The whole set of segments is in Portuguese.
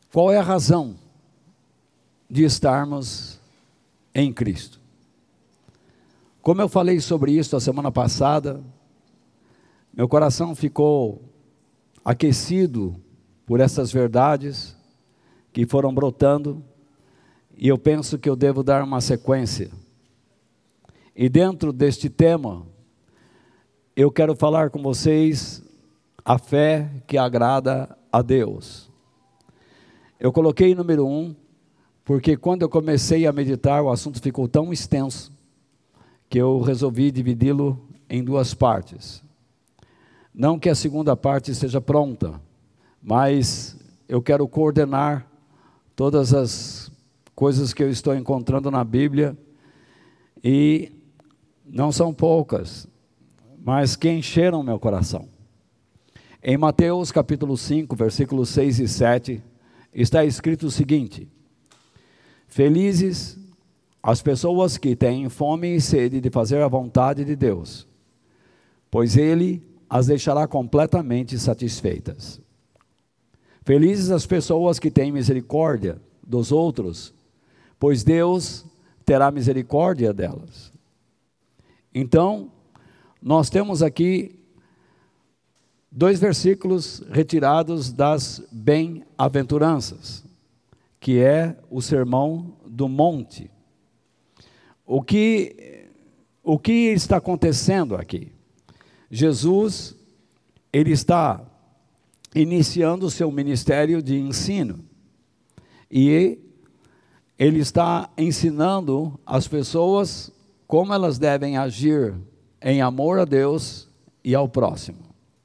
Qual é a razão de estarmos em Cristo? Como eu falei sobre isso a semana passada, meu coração ficou aquecido por essas verdades que foram brotando, e eu penso que eu devo dar uma sequência. E dentro deste tema, eu quero falar com vocês a fé que agrada a Deus. Eu coloquei número 1, porque quando eu comecei a meditar, o assunto ficou tão extenso, que eu resolvi dividi-lo em 2 partes. Não que a segunda parte esteja pronta, mas eu quero coordenar todas as coisas que eu estou encontrando na Bíblia, e não são poucas, mas que encheram meu coração. Em Mateus capítulo 5, versículos 6 e 7, está escrito o seguinte: felizes as pessoas que têm fome e sede de fazer a vontade de Deus, pois Ele as deixará completamente satisfeitas. Felizes as pessoas que têm misericórdia dos outros, pois Deus terá misericórdia delas. Então, nós temos aqui 2 versículos retirados das bem-aventuranças, que é o Sermão do Monte. O que está acontecendo aqui? Jesus, ele está iniciando o seu ministério de ensino, e ele está ensinando as pessoas como elas devem agir em amor a Deus e ao próximo.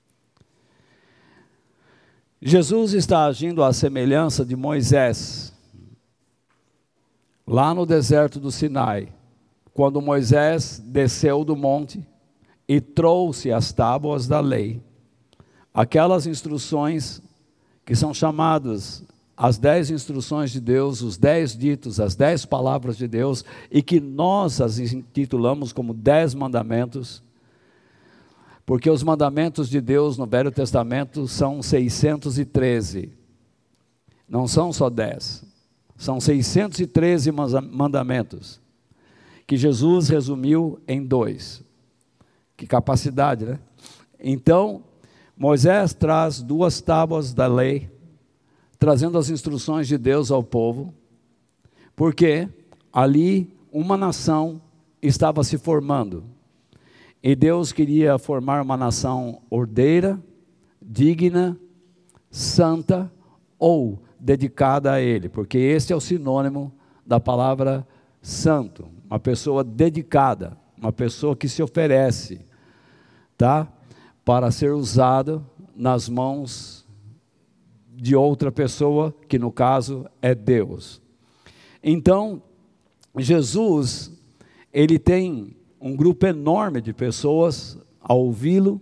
Jesus está agindo à semelhança de Moisés, lá no deserto do Sinai, quando Moisés desceu do monte e trouxe as tábuas da lei, aquelas instruções que são chamadas as 10 instruções de Deus, os 10 ditos, as 10 palavras de Deus, e que nós as intitulamos como 10 mandamentos, porque os mandamentos de Deus no Velho Testamento são 613, não são só 10, são 613 mandamentos, que Jesus resumiu em 2, que capacidade, né? Então, Moisés traz 2 tábuas da lei, trazendo as instruções de Deus ao povo, porque ali uma nação estava se formando, e Deus queria formar uma nação ordeira, digna, santa ou dedicada a Ele, porque esse é o sinônimo da palavra santo, uma pessoa dedicada, uma pessoa que se oferece, tá? Para ser usada nas mãos de outra pessoa, que no caso é Deus. Então, Jesus, ele tem um grupo enorme de pessoas a ouvi-lo,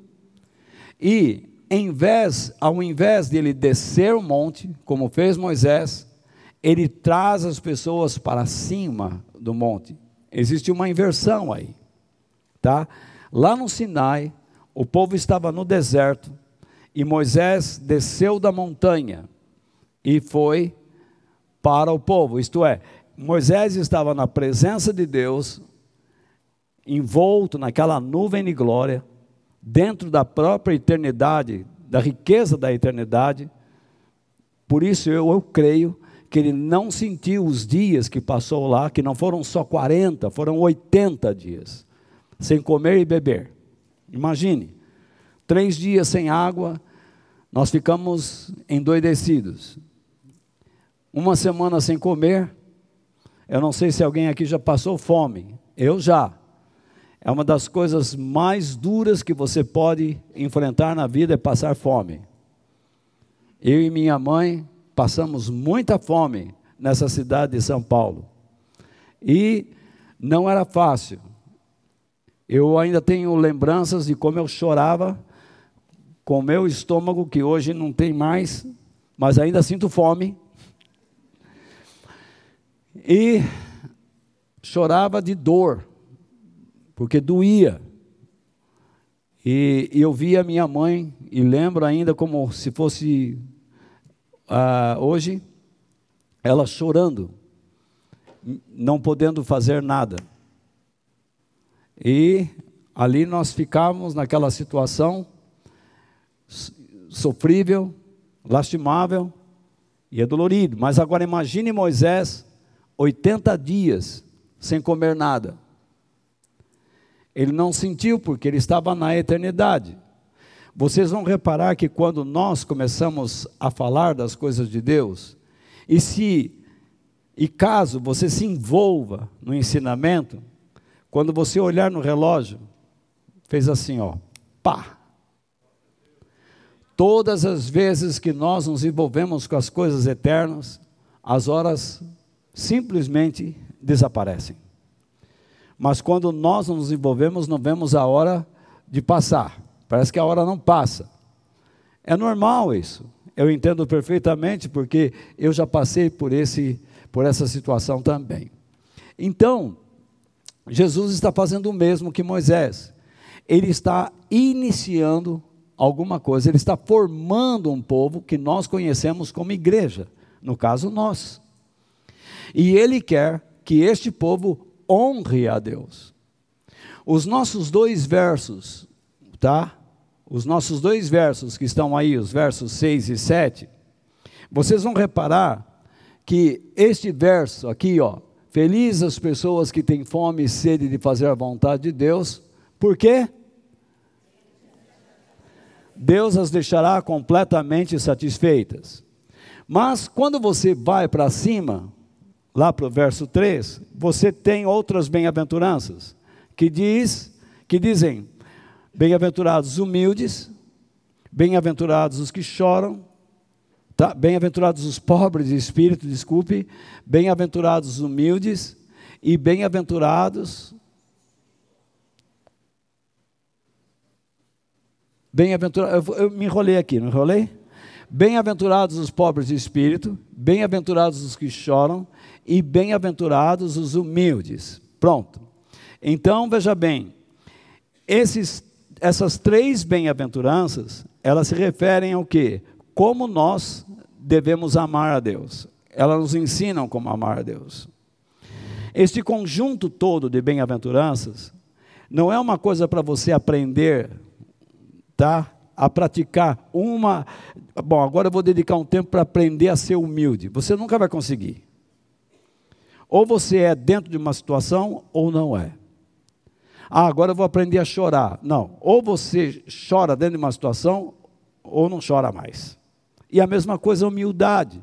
e ao invés de ele descer o monte, como fez Moisés, ele traz as pessoas para cima do monte. Existe uma inversão aí, tá? Lá no Sinai, o povo estava no deserto, e Moisés desceu da montanha e foi para o povo, isto é, Moisés estava na presença de Deus, envolto naquela nuvem de glória, dentro da própria eternidade, da riqueza da eternidade. Por isso eu creio que ele não sentiu os dias que passou lá, que não foram só 40, foram 80 dias, sem comer e beber. Imagine, 3 dias sem água, nós ficamos endoidecidos. 1 semana sem comer, eu não sei se alguém aqui já passou fome, eu já. É uma das coisas mais duras que você pode enfrentar na vida, é passar fome. Eu e minha mãe passamos muita fome nessa cidade de São Paulo, e não era fácil. Eu ainda tenho lembranças de como eu chorava com o meu estômago, que hoje não tem mais, mas ainda sinto fome, e chorava de dor, porque doía, e eu via minha mãe, e lembro ainda como se fosse hoje, ela chorando, não podendo fazer nada. E ali nós ficávamos naquela situação sofrível, lastimável e é dolorido. Mas agora imagine Moisés 80 dias sem comer nada. Ele não sentiu porque ele estava na eternidade. Vocês vão reparar que quando nós começamos a falar das coisas de Deus, e caso você se envolva no ensinamento, quando você olhar no relógio, fez assim, ó, pá. Todas as vezes que nós nos envolvemos com as coisas eternas, as horas simplesmente desaparecem. Mas quando nós nos envolvemos, não vemos a hora de passar. Parece que a hora não passa. É normal isso. Eu entendo perfeitamente, porque eu já passei por essa situação também. Então, Jesus está fazendo o mesmo que Moisés. Ele está iniciando alguma coisa, ele está formando um povo que nós conhecemos como igreja, no caso nós. E ele quer que este povo honre a Deus. Os nossos dois versos, tá? Os nossos dois versos que estão aí, os versos 6 e 7, vocês vão reparar que este verso aqui, ó, felizes as pessoas que têm fome e sede de fazer a vontade de Deus, por quê? Deus as deixará completamente satisfeitas. Mas quando você vai para cima, lá para o verso 3, você tem outras bem-aventuranças, que dizem, bem-aventurados os humildes, bem-aventurados os que choram, tá? Bem-aventurados os pobres de espírito, desculpe, bem-aventurados os humildes e bem-aventurados, eu me enrolei aqui, não enrolei? Bem-aventurados os pobres de espírito, bem-aventurados os que choram e bem-aventurados os humildes. Pronto. Então, veja bem, essas três bem-aventuranças, elas se referem ao quê? Como nós devemos amar a Deus. Elas nos ensinam como amar a Deus. Este conjunto todo de bem-aventuranças não é uma coisa para você aprender, tá? A praticar uma... Bom, agora eu vou dedicar um tempo para aprender a ser humilde. Você nunca vai conseguir. Ou você é dentro de uma situação, ou não é. Agora eu vou aprender a chorar. Não, ou você chora dentro de uma situação, ou não chora mais. E a mesma coisa a humildade.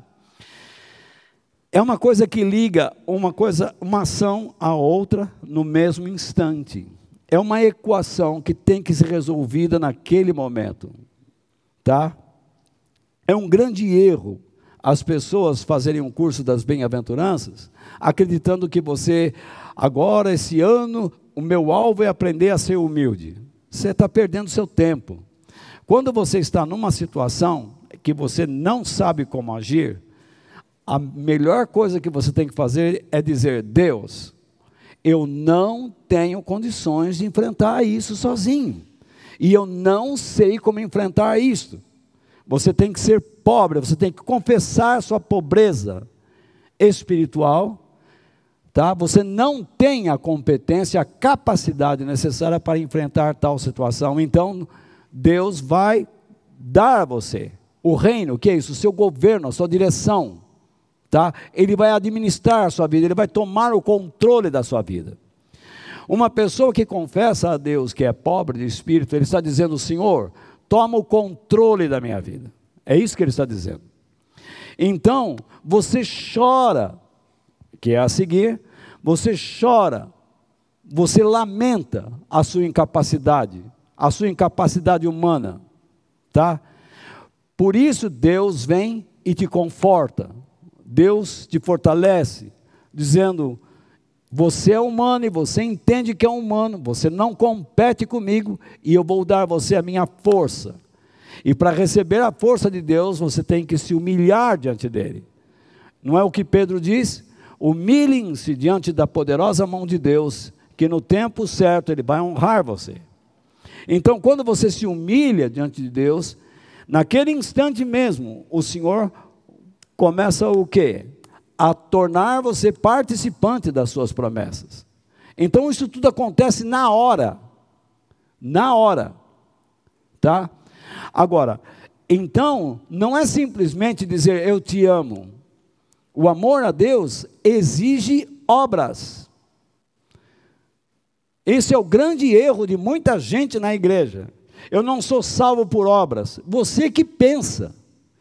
É uma coisa que liga uma ação à outra no mesmo instante. É uma equação que tem que ser resolvida naquele momento. Tá? É um grande erro as pessoas fazerem um curso das bem-aventuranças, acreditando que você, agora, esse ano, o meu alvo é aprender a ser humilde. Você está perdendo seu tempo. Quando você está numa situação que você não sabe como agir, a melhor coisa que você tem que fazer é dizer, Deus, eu não tenho condições de enfrentar isso sozinho. E eu não sei como enfrentar isso. Você tem que ser pobre, você tem que confessar sua pobreza espiritual, tá? Você não tem a competência, a capacidade necessária para enfrentar tal situação. Então, Deus vai dar a você o reino, o que é isso? O seu governo, a sua direção, tá? Ele vai administrar a sua vida, ele vai tomar o controle da sua vida. Uma pessoa que confessa a Deus que é pobre de espírito, ele está dizendo, Senhor, toma o controle da minha vida. É isso que ele está dizendo. Então, você chora, que é a seguir, você chora, você lamenta a sua incapacidade humana, tá? Por isso Deus vem e te conforta, Deus te fortalece, dizendo, você é humano e você entende que é humano, você não compete comigo e eu vou dar a você a minha força. E para receber a força de Deus, você tem que se humilhar diante dele. Não é o que Pedro diz? Humilhem-se diante da poderosa mão de Deus, que no tempo certo ele vai honrar você. Então, quando você se humilha diante de Deus, naquele instante mesmo, o Senhor começa o quê? a tornar você participante das suas promessas. Então isso tudo acontece na hora, tá? Agora, então, não é simplesmente dizer eu te amo. O amor a Deus exige obras. Esse é o grande erro de muita gente na igreja. Eu não sou salvo por obras. Você que pensa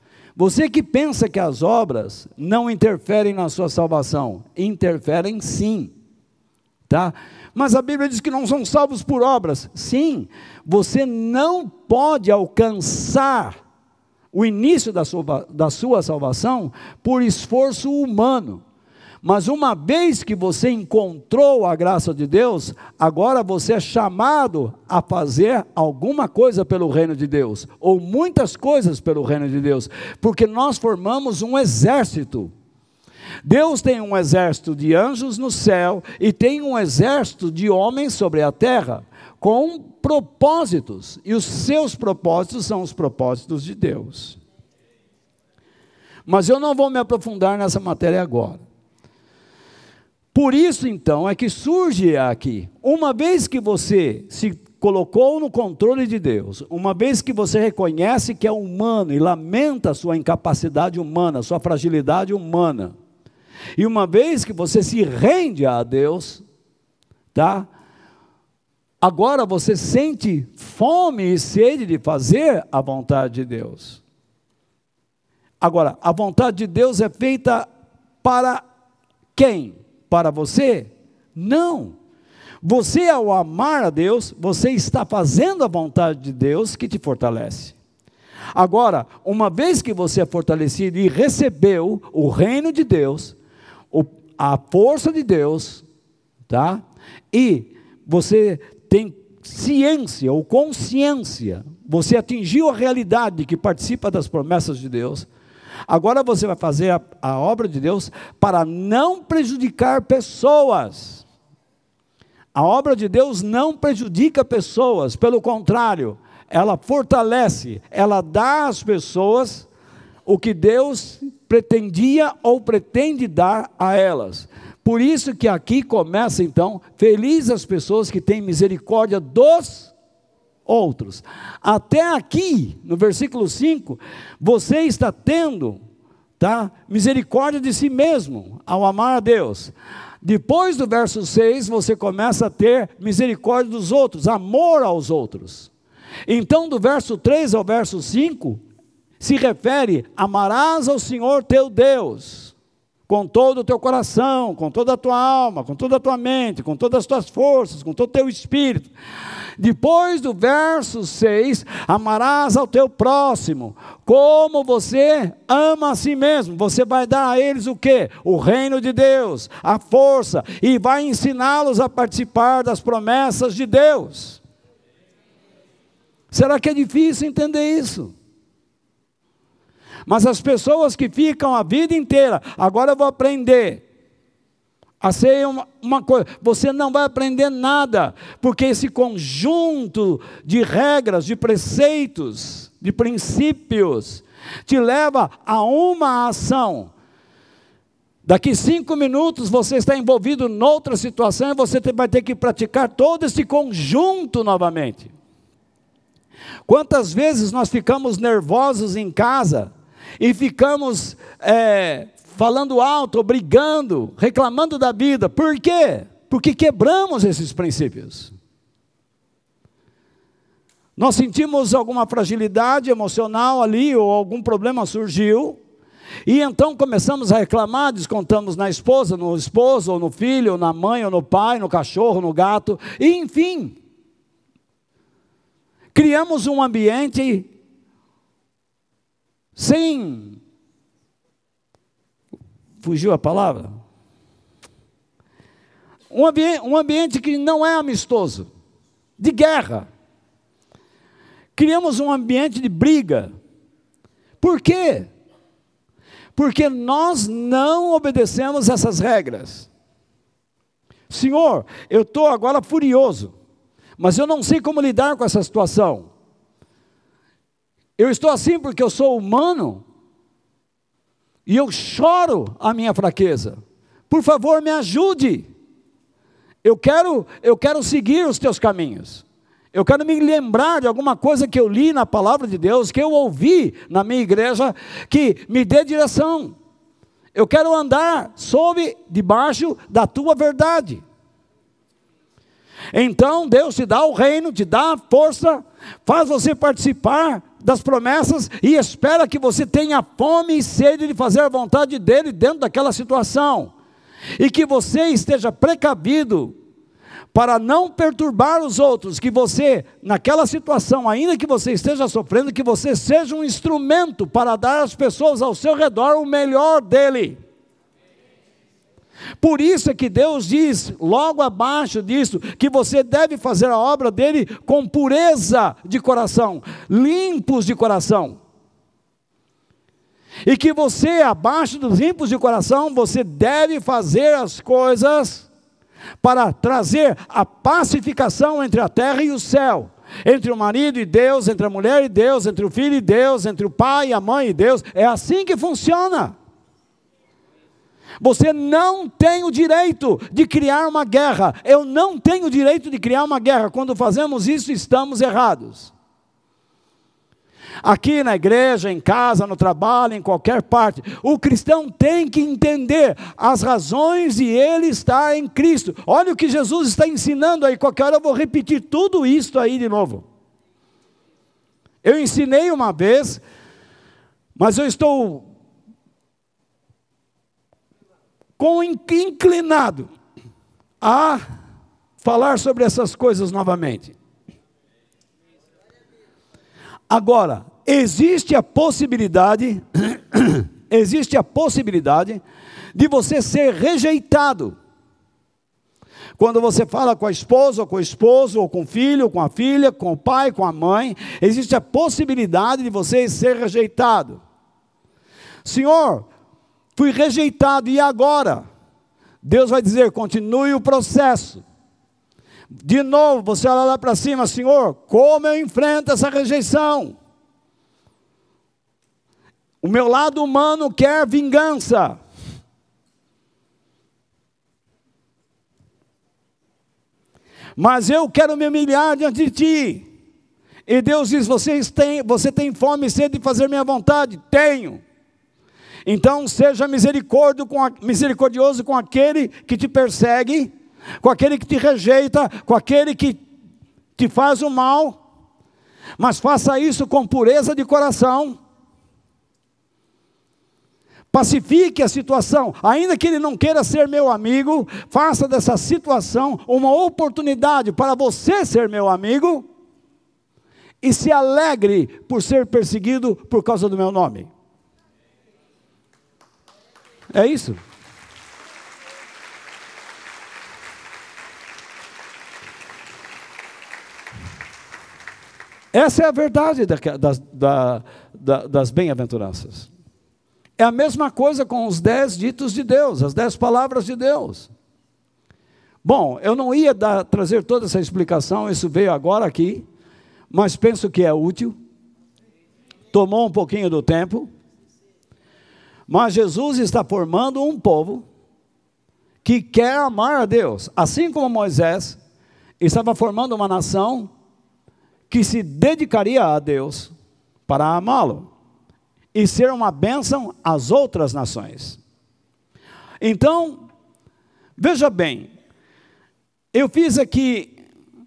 que as obras não interferem na sua salvação. Interferem sim, tá? Mas a Bíblia diz que não são salvos por obras. Sim, você não pode alcançar o início da sua salvação por esforço humano. Mas uma vez que você encontrou a graça de Deus, agora você é chamado a fazer alguma coisa pelo reino de Deus, ou muitas coisas pelo reino de Deus, porque nós formamos um exército. Deus tem um exército de anjos no céu, e tem um exército de homens sobre a terra, com propósitos, e os seus propósitos são os propósitos de Deus. Mas eu não vou me aprofundar nessa matéria agora. Por isso, então, é que surge aqui, uma vez que você se colocou no controle de Deus, uma vez que você reconhece que é humano e lamenta a sua incapacidade humana, a sua fragilidade humana, e uma vez que você se rende a Deus, tá? Agora você sente fome e sede de fazer a vontade de Deus. Agora, a vontade de Deus é feita para quem? Para você? Não. Você, ao amar a Deus, você está fazendo a vontade de Deus que te fortalece. Agora, uma vez que você é fortalecido e recebeu o reino de Deus, a força de Deus, tá? E você tem ciência ou consciência, você atingiu a realidade de que participa das promessas de Deus. Agora você vai fazer a obra de Deus para não prejudicar pessoas. A obra de Deus não prejudica pessoas, pelo contrário, ela fortalece, ela dá às pessoas o que Deus pretendia ou pretende dar a elas. Por isso que aqui começa então, felizes as pessoas que têm misericórdia dos outros. Até aqui, no versículo 5, você está tendo, tá, misericórdia de si mesmo, ao amar a Deus. Depois do verso 6, você começa a ter misericórdia dos outros, amor aos outros. Então, do verso 3 ao verso 5, se refere, amarás ao Senhor teu Deus, com todo o teu coração, com toda a tua alma, com toda a tua mente, com todas as tuas forças, com todo o teu espírito. Depois do verso 6, amarás ao teu próximo, como você ama a si mesmo. Você vai dar a eles o quê? O reino de Deus, a força, e vai ensiná-los a participar das promessas de Deus. Será que é difícil entender isso? Mas as pessoas que ficam a vida inteira, agora eu vou aprender a ser uma coisa, você não vai aprender nada, porque esse conjunto de regras, de preceitos, de princípios, te leva a uma ação. Daqui 5 minutos você está envolvido noutra situação e você vai ter que praticar todo esse conjunto novamente. Quantas vezes nós ficamos nervosos em casa e ficamos falando alto, brigando, reclamando da vida? Por quê? Porque quebramos esses princípios. Nós sentimos alguma fragilidade emocional ali, ou algum problema surgiu, e então começamos a reclamar, descontamos na esposa, no esposo, ou no filho, ou na mãe, ou no pai, no cachorro, no gato, e enfim. Criamos um ambiente sem... Fugiu a palavra? Um ambiente que não é amistoso, de guerra. Criamos um ambiente de briga. Por quê? Porque nós não obedecemos essas regras. Senhor, eu estou agora furioso, mas eu não sei como lidar com essa situação. Eu estou assim porque eu sou humano? e eu choro a minha fraqueza. Por favor, me ajude. Eu quero seguir os teus caminhos. Eu quero me lembrar de alguma coisa que eu li na palavra de Deus, que eu ouvi na minha igreja, que me dê direção. Eu quero andar debaixo da tua verdade. Então Deus te dá o reino, te dá a força, faz você participar das promessas e espera que você tenha fome e sede de fazer a vontade dele dentro daquela situação. E que você esteja precavido para não perturbar os outros, que você, naquela situação, ainda que você esteja sofrendo, que você seja um instrumento para dar às pessoas ao seu redor o melhor dele. Por isso é que Deus diz, logo abaixo disso, que você deve fazer a obra dele com pureza de coração, limpos de coração. E que você, abaixo dos limpos de coração, você deve fazer as coisas para trazer a pacificação entre a terra e o céu, entre o marido e Deus, entre a mulher e Deus, entre o filho e Deus, entre o pai e a mãe e Deus. É assim que funciona. Você não tem o direito de criar uma guerra. Eu não tenho o direito de criar uma guerra. Quando fazemos isso, estamos errados. Aqui na igreja, em casa, no trabalho, em qualquer parte, o cristão tem que entender as razões de ele estar em Cristo. Olha o que Jesus está ensinando aí. Qualquer hora eu vou repetir tudo isso aí de novo. Eu ensinei uma vez, mas eu estou inclinado a falar sobre essas coisas novamente. Agora, existe a possibilidade de você ser rejeitado. Quando você fala com a esposa, ou com o esposo, ou com o filho, ou com a filha, com o pai, com a mãe, existe a possibilidade de você ser rejeitado. Senhor, fui rejeitado, e agora? Deus vai dizer, continue o processo. De novo, você olha lá para cima, Senhor, como eu enfrento essa rejeição? O meu lado humano quer vingança. Mas eu quero me humilhar diante de ti. E Deus diz, você tem fome e sede de fazer minha vontade? Tenho. Então seja misericordioso com aquele que te persegue, com aquele que te rejeita, com aquele que te faz o mal, mas faça isso com pureza de coração. Pacifique a situação, ainda que ele não queira ser meu amigo, faça dessa situação uma oportunidade para você ser meu amigo, e se alegre por ser perseguido por causa do meu nome. É isso. Essa é a verdade das bem-aventuranças. É a mesma coisa com os 10 ditos de Deus, as 10 palavras de Deus. Bom, eu não ia trazer toda essa explicação, isso veio agora aqui, mas penso que é útil. Tomou um pouquinho do tempo. Mas Jesus está formando um povo que quer amar a Deus, assim como Moisés estava formando uma nação que se dedicaria a Deus para amá-lo e ser uma bênção às outras nações. Então, veja bem, eu fiz aqui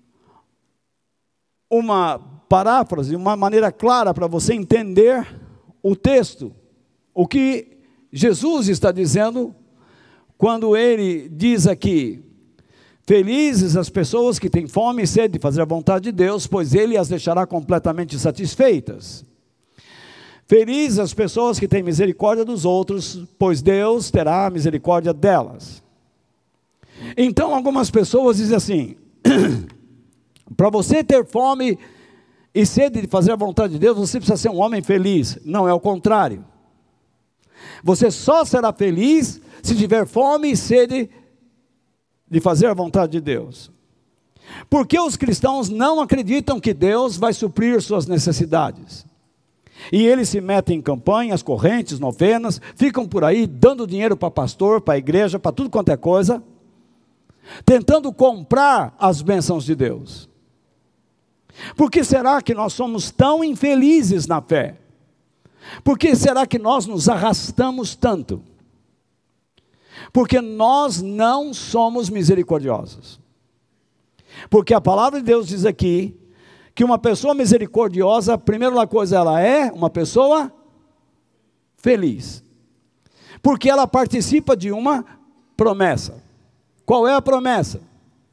uma paráfrase, uma maneira clara para você entender o texto, o que Jesus está dizendo quando ele diz aqui: felizes as pessoas que têm fome e sede de fazer a vontade de Deus, pois ele as deixará completamente satisfeitas. Felizes as pessoas que têm misericórdia dos outros, pois Deus terá misericórdia delas. Então algumas pessoas dizem assim: para você ter fome e sede de fazer a vontade de Deus, você precisa ser um homem feliz. Não, é o contrário. Você só será feliz se tiver fome e sede de fazer a vontade de Deus. Porque os cristãos não acreditam que Deus vai suprir suas necessidades. E eles se metem em campanhas, correntes, novenas, ficam por aí dando dinheiro para pastor, para a igreja, para tudo quanto é coisa, tentando comprar as bênçãos de Deus. Por que será que nós somos tão infelizes na fé? Por que será que nós nos arrastamos tanto? Porque nós não somos misericordiosos. Porque a palavra de Deus diz aqui, que uma pessoa misericordiosa, a primeira coisa, ela é uma pessoa feliz. Porque ela participa de uma promessa. Qual é a promessa?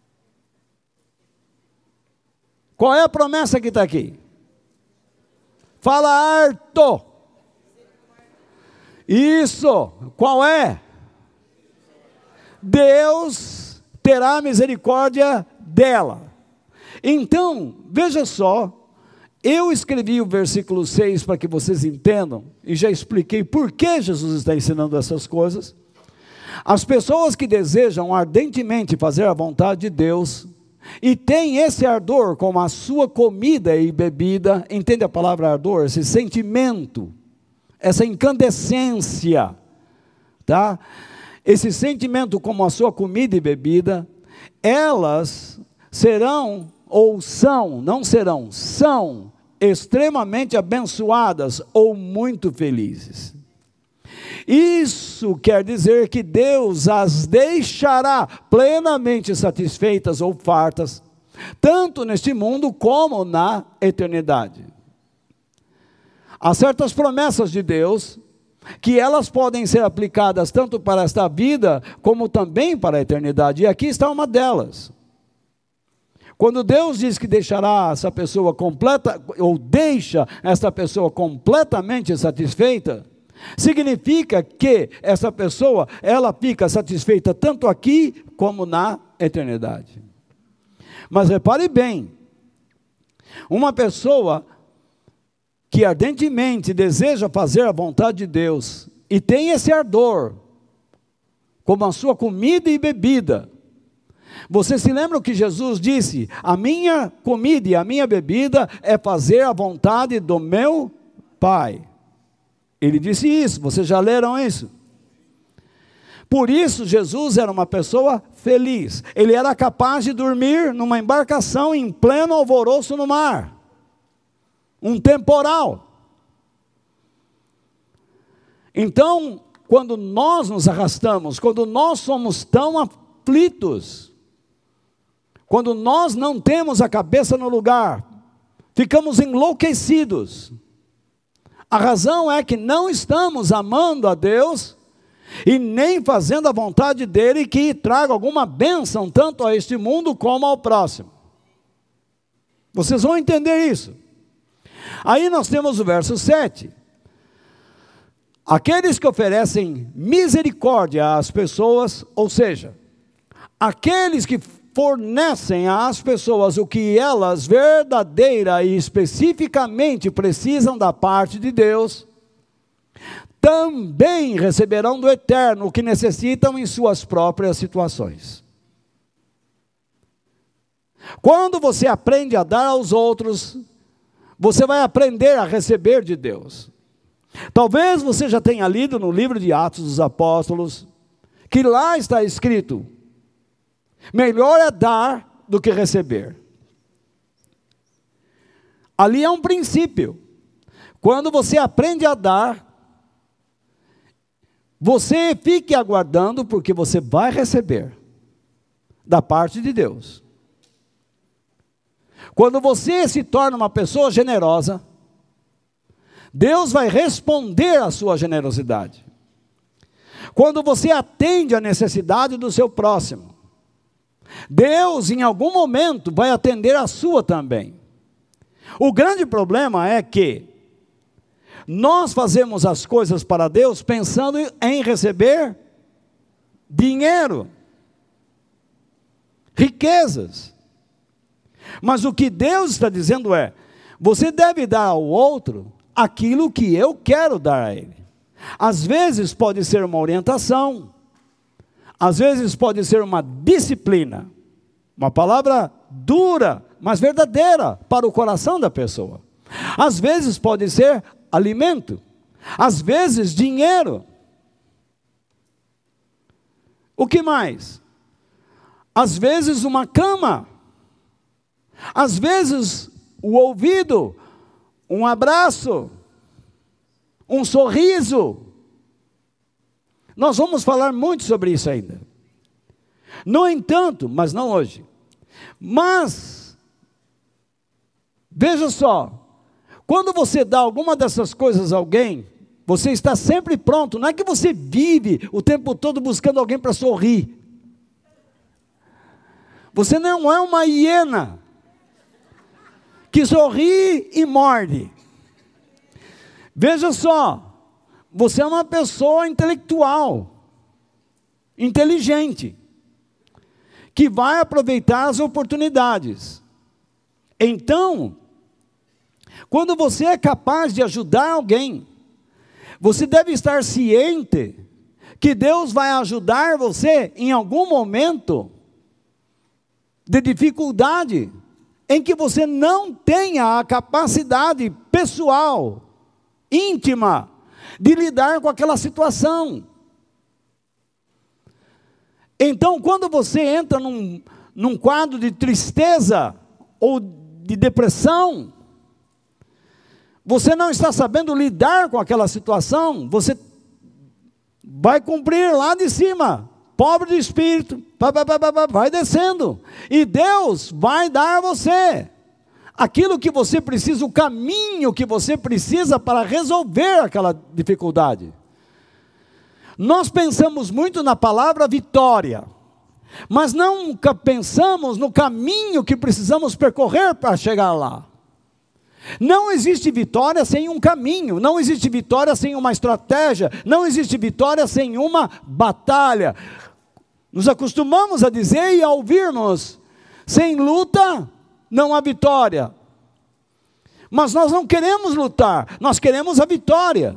Qual é a promessa que está aqui? Fala harto. Isso. Qual é? Deus terá misericórdia dela. Então, veja só, eu escrevi o versículo 6 para que vocês entendam, e já expliquei por que Jesus está ensinando essas coisas. As pessoas que desejam ardentemente fazer a vontade de Deus, e têm esse ardor como a sua comida e bebida, entende a palavra ardor? Esse sentimento, essa incandescência, tá? Esse sentimento como a sua comida e bebida, elas serão, ou são, não serão, são extremamente abençoadas ou muito felizes. Isso quer dizer que Deus as deixará plenamente satisfeitas ou fartas, tanto neste mundo como na eternidade. Há certas promessas de Deus, que elas podem ser aplicadas tanto para esta vida, como também para a eternidade, e aqui está uma delas. Quando Deus diz que deixará essa pessoa completa, ou deixa essa pessoa completamente satisfeita, significa que essa pessoa, ela fica satisfeita tanto aqui, como na eternidade. Mas repare bem, uma pessoa que ardentemente deseja fazer a vontade de Deus, e tem esse ardor, como a sua comida e bebida. Você se lembra o que Jesus disse? A minha comida e a minha bebida é fazer a vontade do meu Pai. Ele disse isso, vocês já leram isso? Por isso Jesus era uma pessoa feliz. Ele era capaz de dormir numa embarcação em pleno alvoroço no mar. Um temporal. Então, quando nós nos arrastamos, quando nós somos tão aflitos, quando nós não temos a cabeça no lugar, ficamos enlouquecidos. A razão é que não estamos amando a Deus e nem fazendo a vontade dele que traga alguma bênção tanto a este mundo como ao próximo. Vocês vão entender isso. Aí nós temos o verso 7. Aqueles que oferecem misericórdia às pessoas, ou seja, aqueles que fornecem às pessoas o que elas verdadeira e especificamente precisam da parte de Deus, também receberão do Eterno o que necessitam em suas próprias situações. Quando você aprende a dar aos outros, você vai aprender a receber de Deus. Talvez você já tenha lido no livro de Atos dos Apóstolos, que lá está escrito: melhor é dar do que receber. Ali é um princípio. Quando você aprende a dar, você fique aguardando, porque você vai receber da parte de Deus. Quando você se torna uma pessoa generosa, Deus vai responder à sua generosidade. Quando você atende à necessidade do seu próximo, Deus em algum momento vai atender a sua também. O grande problema é que nós fazemos as coisas para Deus pensando em receber dinheiro, riquezas. Mas o que Deus está dizendo é: você deve dar ao outro aquilo que eu quero dar a ele. Às vezes pode ser uma orientação, às vezes pode ser uma disciplina, uma palavra dura, mas verdadeira para o coração da pessoa. Às vezes pode ser alimento, às vezes dinheiro. O que mais? Às vezes uma cama, às vezes o ouvido, um abraço, um sorriso. Nós vamos falar muito sobre isso ainda. No entanto, mas não hoje. Mas, veja só, quando você dá alguma dessas coisas a alguém, você está sempre pronto. Não é que você vive o tempo todo buscando alguém para sorrir. Você não é uma hiena que sorri e morde. Veja só, você é uma pessoa intelectual, inteligente, que vai aproveitar as oportunidades. Então, quando você é capaz de ajudar alguém, você deve estar ciente que Deus vai ajudar você em algum momento de dificuldade, em que você não tenha a capacidade pessoal, íntima, de lidar com aquela situação. Então, quando você entra num quadro de tristeza ou de depressão, você não está sabendo lidar com aquela situação, você vai cumprir lá de cima, pobre de espírito, vai descendo, e Deus vai dar a você aquilo que você precisa, o caminho que você precisa para resolver aquela dificuldade. Nós pensamos muito na palavra vitória, mas nunca pensamos no caminho que precisamos percorrer para chegar lá. Não existe vitória sem um caminho, não existe vitória sem uma estratégia, não existe vitória sem uma batalha. Nos acostumamos a dizer e a ouvirmos, sem luta não há vitória. Mas nós não queremos lutar, nós queremos a vitória.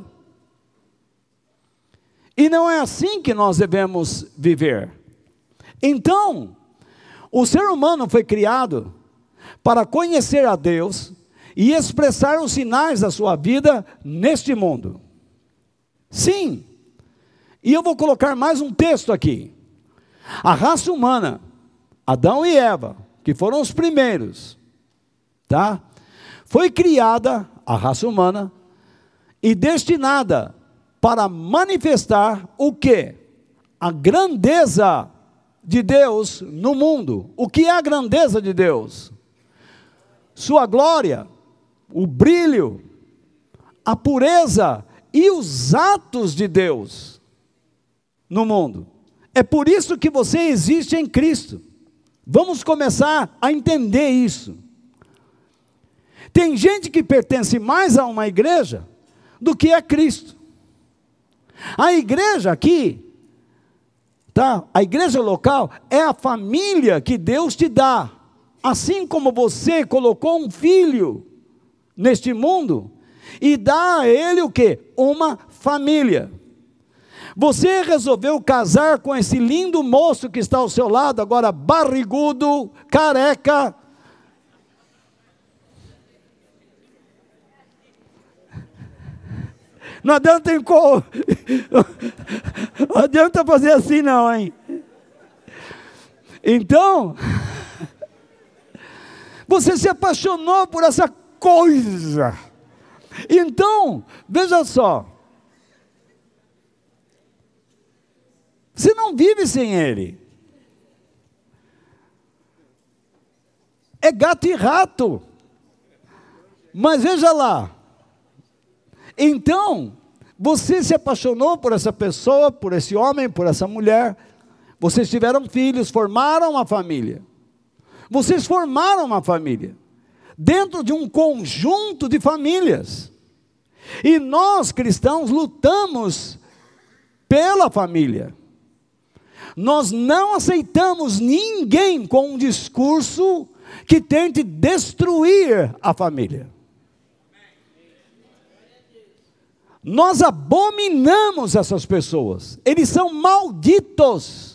E não é assim que nós devemos viver. Então, o ser humano foi criado para conhecer a Deus e expressar os sinais da sua vida neste mundo. Sim, e eu vou colocar mais um texto aqui. A raça humana, Adão e Eva, que foram os primeiros, tá? Foi criada, a raça humana, e destinada para manifestar o quê? A grandeza de Deus no mundo. O que é a grandeza de Deus? Sua glória, o brilho, a pureza e os atos de Deus no mundo. É por isso que você existe em Cristo. Vamos começar a entender isso. Tem gente que pertence mais a uma igreja do que a Cristo. A igreja aqui, tá? A igreja local é a família que Deus te dá. Assim como você colocou um filho neste mundo e dá a ele o quê? Uma família. Você resolveu casar com esse lindo moço que está ao seu lado, agora barrigudo, careca. Não adianta, não adianta fazer assim não, hein? Então, você se apaixonou por essa coisa. Então, veja só. Você não vive sem ele. É gato e rato. Mas veja lá. Então, você se apaixonou por essa pessoa, por esse homem, por essa mulher. Vocês tiveram filhos, formaram uma família. Vocês formaram uma família. Dentro de um conjunto de famílias. E nós, cristãos, lutamos pela família. Nós não aceitamos ninguém com um discurso que tente destruir a família. Nós abominamos essas pessoas. Eles são malditos,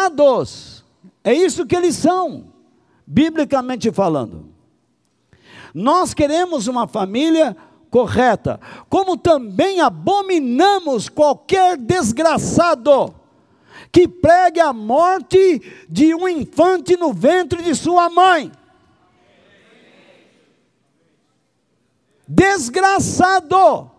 desgraçados. É isso que eles são, biblicamente falando. Nós queremos uma família correta, como também abominamos qualquer desgraçado que pregue a morte de um infante no ventre de sua mãe. Desgraçado,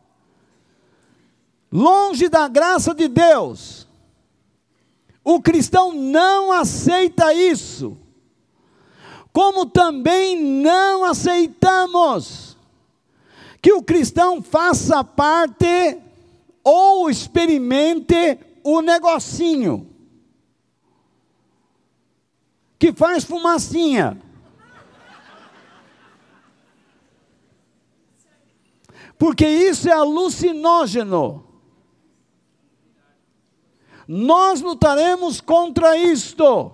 longe da graça de Deus. O cristão não aceita isso, como também não aceitamos que o cristão faça parte ou experimente o negocinho que faz fumacinha. Porque isso é alucinógeno. Nós lutaremos contra isto.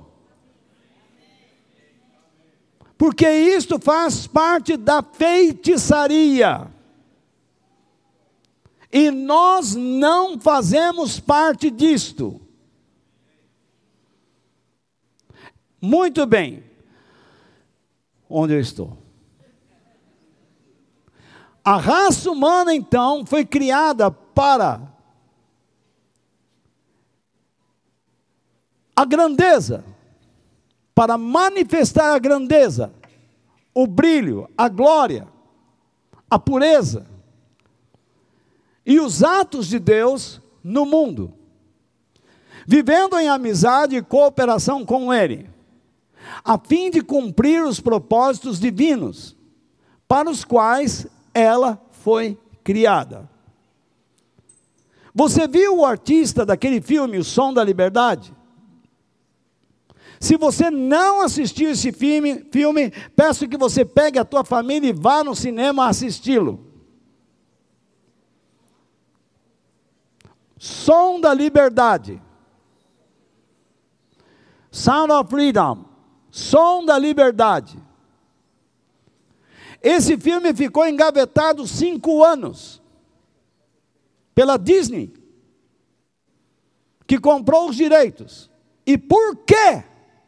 Porque isto faz parte da feitiçaria. E nós não fazemos parte disto. Muito bem. Onde eu estou? A raça humana, então, foi criada para a grandeza, para manifestar a grandeza, o brilho, a glória, a pureza e os atos de Deus no mundo, vivendo em amizade e cooperação com Ele, a fim de cumprir os propósitos divinos, para os quais ela foi criada. Você viu o artista daquele filme, O Som da Liberdade? Se você não assistiu esse filme, peço que você pegue a tua família e vá no cinema assisti-lo. Som da Liberdade. Sound of Freedom. Som da Liberdade. Esse filme ficou engavetado 5 anos pela Disney, que comprou os direitos. E por quê?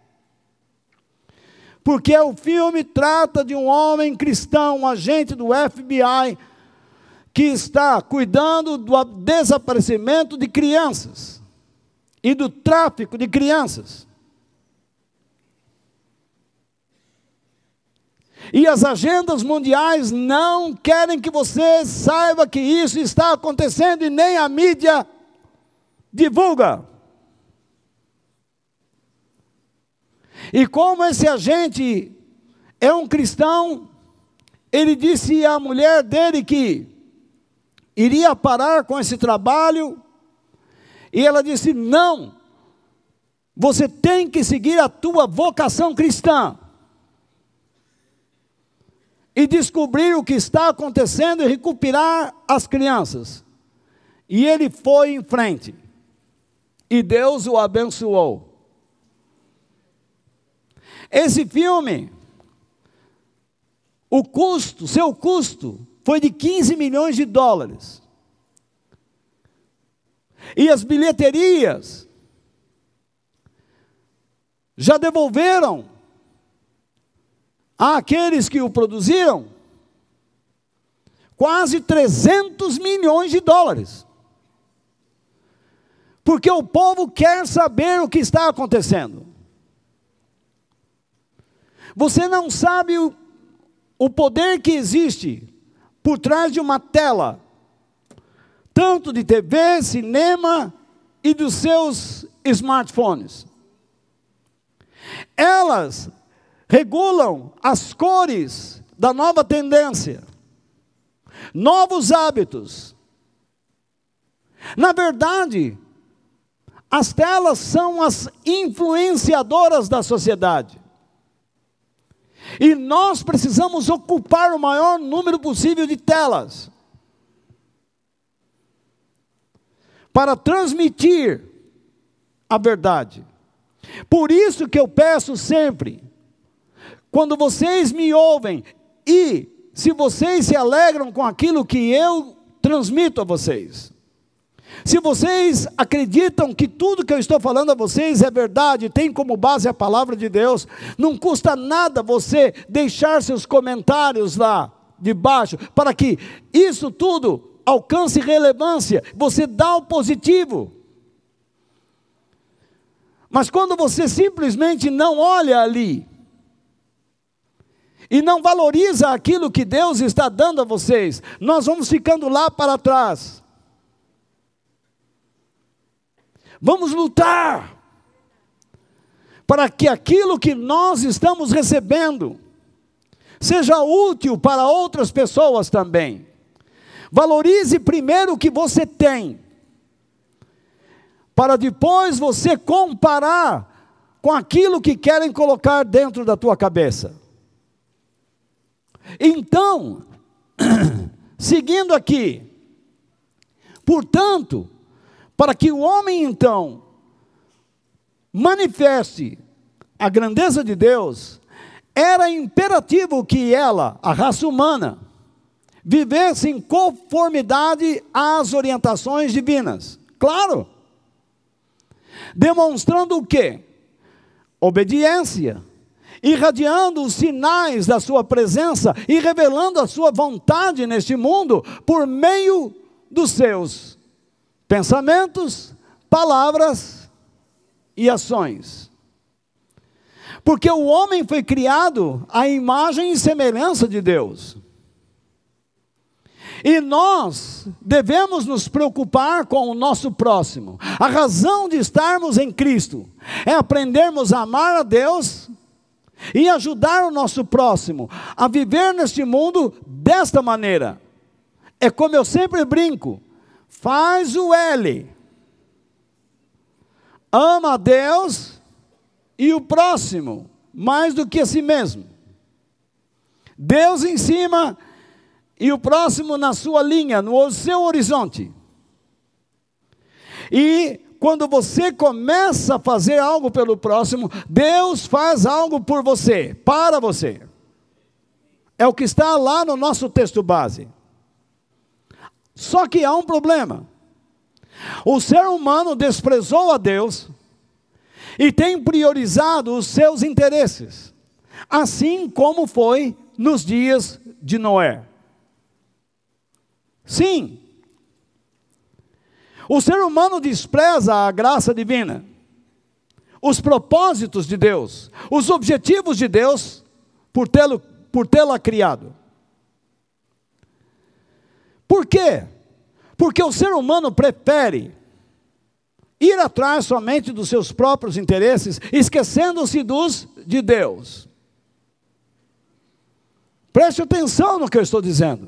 Porque o filme trata de um homem cristão, um agente do FBI, que está cuidando do desaparecimento de crianças e do tráfico de crianças. E as agendas mundiais não querem que você saiba que isso está acontecendo e nem a mídia divulga. E como esse agente é um cristão, ele disse à mulher dele que iria parar com esse trabalho, e ela disse: não, você tem que seguir a tua vocação cristã, e descobrir o que está acontecendo e recuperar as crianças. E ele foi em frente, e Deus o abençoou. Esse filme, seu custo foi de 15 milhões de dólares. E as bilheterias já devolveram àqueles que o produziram quase 300 milhões de dólares. Porque o povo quer saber o que está acontecendo. Você não sabe o poder que existe por trás de uma tela, tanto de TV, cinema e dos seus smartphones. Elas regulam as cores da nova tendência, novos hábitos. Na verdade, as telas são as influenciadoras da sociedade. E nós precisamos ocupar o maior número possível de telas para transmitir a verdade. Por isso que eu peço sempre, quando vocês me ouvem, e se vocês se alegram com aquilo que eu transmito a vocês, Se vocês acreditam que tudo que eu estou falando a vocês é verdade, tem como base a palavra de Deus, não custa nada você deixar seus comentários lá de baixo, para que isso tudo alcance relevância, você dá o positivo. Mas quando você simplesmente não olha ali, e não valoriza aquilo que Deus está dando a vocês, nós vamos ficando lá para trás. Vamos lutar para que aquilo que nós estamos recebendo seja útil para outras pessoas também. Valorize primeiro o que você tem, para depois você comparar com aquilo que querem colocar dentro da tua cabeça. Então, seguindo aqui, portanto, para que o homem então manifeste a grandeza de Deus, era imperativo que ela, a raça humana, vivesse em conformidade às orientações divinas. Claro. Demonstrando o quê? Obediência. Irradiando os sinais da sua presença e revelando a sua vontade neste mundo por meio dos seus pensamentos, palavras e ações. Porque o homem foi criado à imagem e semelhança de Deus. E nós devemos nos preocupar com o nosso próximo. A razão de estarmos em Cristo é aprendermos a amar a Deus e ajudar o nosso próximo a viver neste mundo desta maneira. É como eu sempre brinco, faz o L. Ama a Deus e o próximo mais do que a si mesmo. Deus em cima e o próximo na sua linha, no seu horizonte. E quando você começa a fazer algo pelo próximo, Deus faz algo por você, para você. É o que está lá no nosso texto base. Só que há um problema. O ser humano desprezou a Deus e tem priorizado os seus interesses, assim como foi nos dias de Noé. Sim, o ser humano despreza a graça divina, os propósitos de Deus, os objetivos de Deus por tê-la criado. Por quê? Porque o ser humano prefere ir atrás somente dos seus próprios interesses, esquecendo-se dos de Deus. Preste atenção no que eu estou dizendo.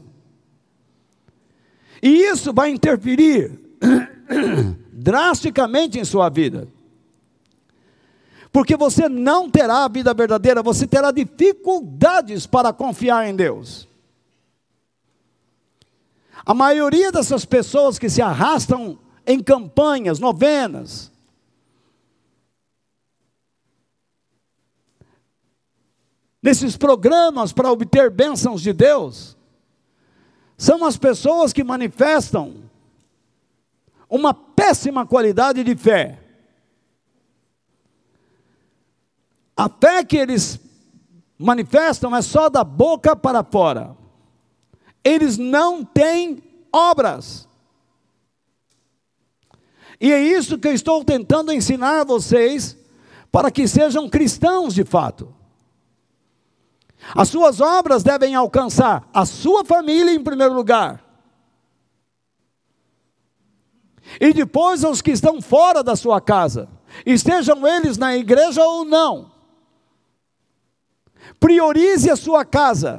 E isso vai interferir drasticamente em sua vida. Porque você não terá a vida verdadeira, você terá dificuldades para confiar em Deus. A maioria dessas pessoas que se arrastam em campanhas, novenas, nesses programas para obter bênçãos de Deus, são as pessoas que manifestam uma péssima qualidade de fé. A fé que eles manifestam é só da boca para fora. Eles não têm obras. E é isso que eu estou tentando ensinar a vocês, para que sejam cristãos de fato. As suas obras devem alcançar a sua família em primeiro lugar. E depois aos que estão fora da sua casa, estejam eles na igreja ou não. Priorize a sua casa.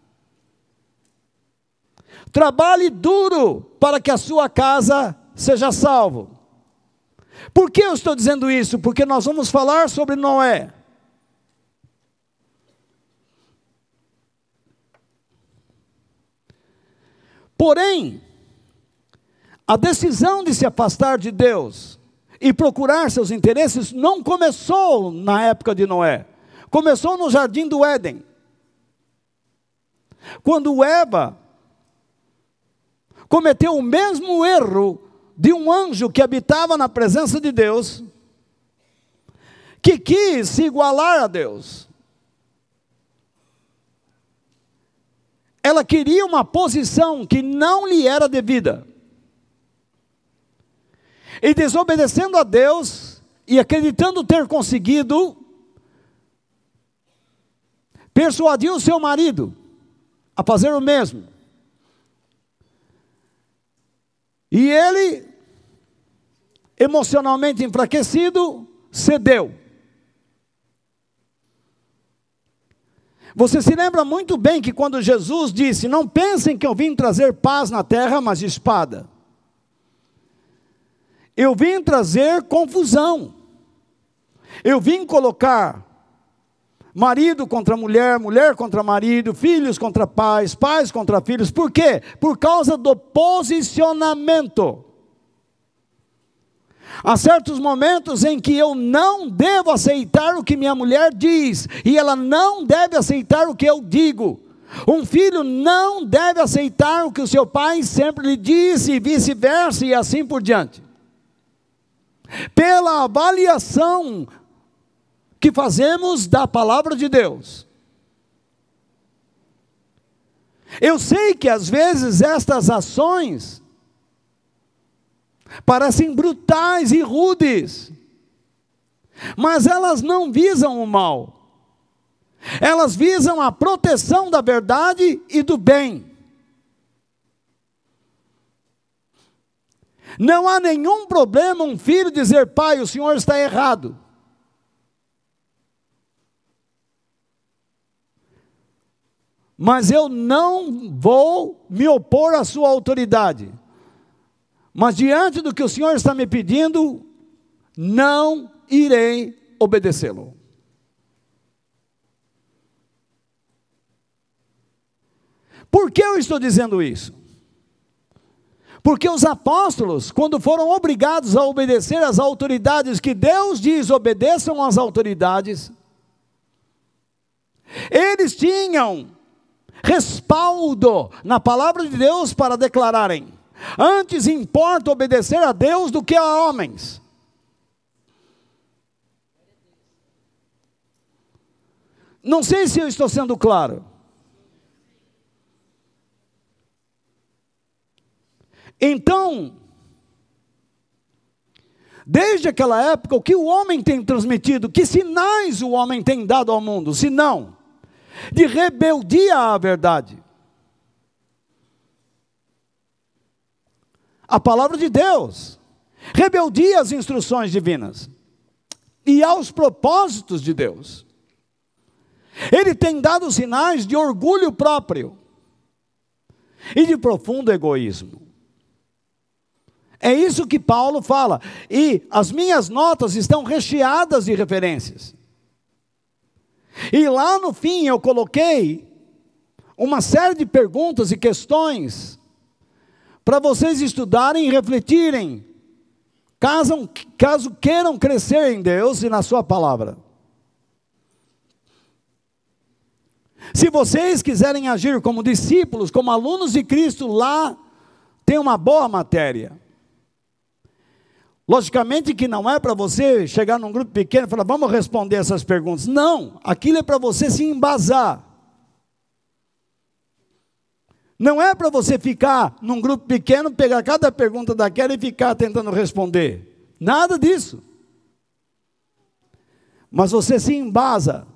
Trabalhe duro para que a sua casa seja salva. Por que eu estou dizendo isso? Porque nós vamos falar sobre Noé. Porém, a decisão de se afastar de Deus e procurar seus interesses não começou na época de Noé. Começou no jardim do Éden. Quando Eva cometeu o mesmo erro de um anjo que habitava na presença de Deus, que quis se igualar a Deus. Ela queria uma posição que não lhe era devida. E desobedecendo a Deus, e acreditando ter conseguido, persuadiu o seu marido a fazer o mesmo. E ele, emocionalmente enfraquecido, cedeu. Você se lembra muito bem que quando Jesus disse: não pensem que eu vim trazer paz na terra, mas espada. Eu vim trazer confusão. Eu vim colocar marido contra mulher, mulher contra marido, filhos contra pais, pais contra filhos. Por quê? Por causa do posicionamento. Há certos momentos em que eu não devo aceitar o que minha mulher diz, e ela não deve aceitar o que eu digo. Um filho não deve aceitar o que o seu pai sempre lhe disse, e vice-versa, e assim por diante. Pela avaliação que fazemos da palavra de Deus. Eu sei que às vezes estas ações parecem brutais e rudes, mas elas não visam o mal, elas visam a proteção da verdade e do bem. Não há nenhum problema um filho dizer: pai, o senhor está errado. Mas eu não vou me opor à sua autoridade. Mas diante do que o senhor está me pedindo, não irei obedecê-lo. Por que eu estou dizendo isso? Porque os apóstolos, quando foram obrigados a obedecer às autoridades que Deus diz obedeçam às autoridades, eles tinham respaldo na palavra de Deus para declararem: antes importa obedecer a Deus do que a homens. Não sei se eu estou sendo claro. Então, desde aquela época, o que o homem tem transmitido, que sinais o homem tem dado ao mundo, se não de rebeldia à verdade? A palavra de Deus, rebeldia às instruções divinas e aos propósitos de Deus. Ele tem dado sinais de orgulho próprio e de profundo egoísmo. É isso que Paulo fala, e as minhas notas estão recheadas de referências. E lá no fim eu coloquei uma série de perguntas e questões para vocês estudarem e refletirem, caso queiram crescer em Deus e na sua palavra. Se vocês quiserem agir como discípulos, como alunos de Cristo, lá tem uma boa matéria. Logicamente que não é para você chegar num grupo pequeno e falar: vamos responder essas perguntas. Não, aquilo é para você se embasar. Não é para você ficar num grupo pequeno, pegar cada pergunta daquela e ficar tentando responder. Nada disso. Mas você se embasa.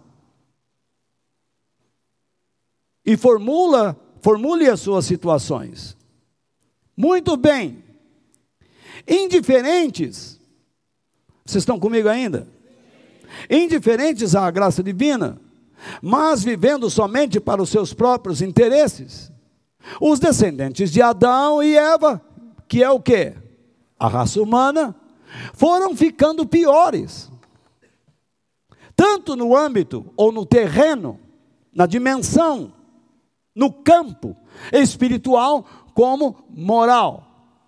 E formule as suas situações. Muito bem. Indiferentes, vocês estão comigo ainda? Indiferentes à graça divina, mas vivendo somente para os seus próprios interesses, os descendentes de Adão e Eva, que é o quê? A raça humana, foram ficando piores, tanto no âmbito ou no terreno, na dimensão, no campo espiritual como moral.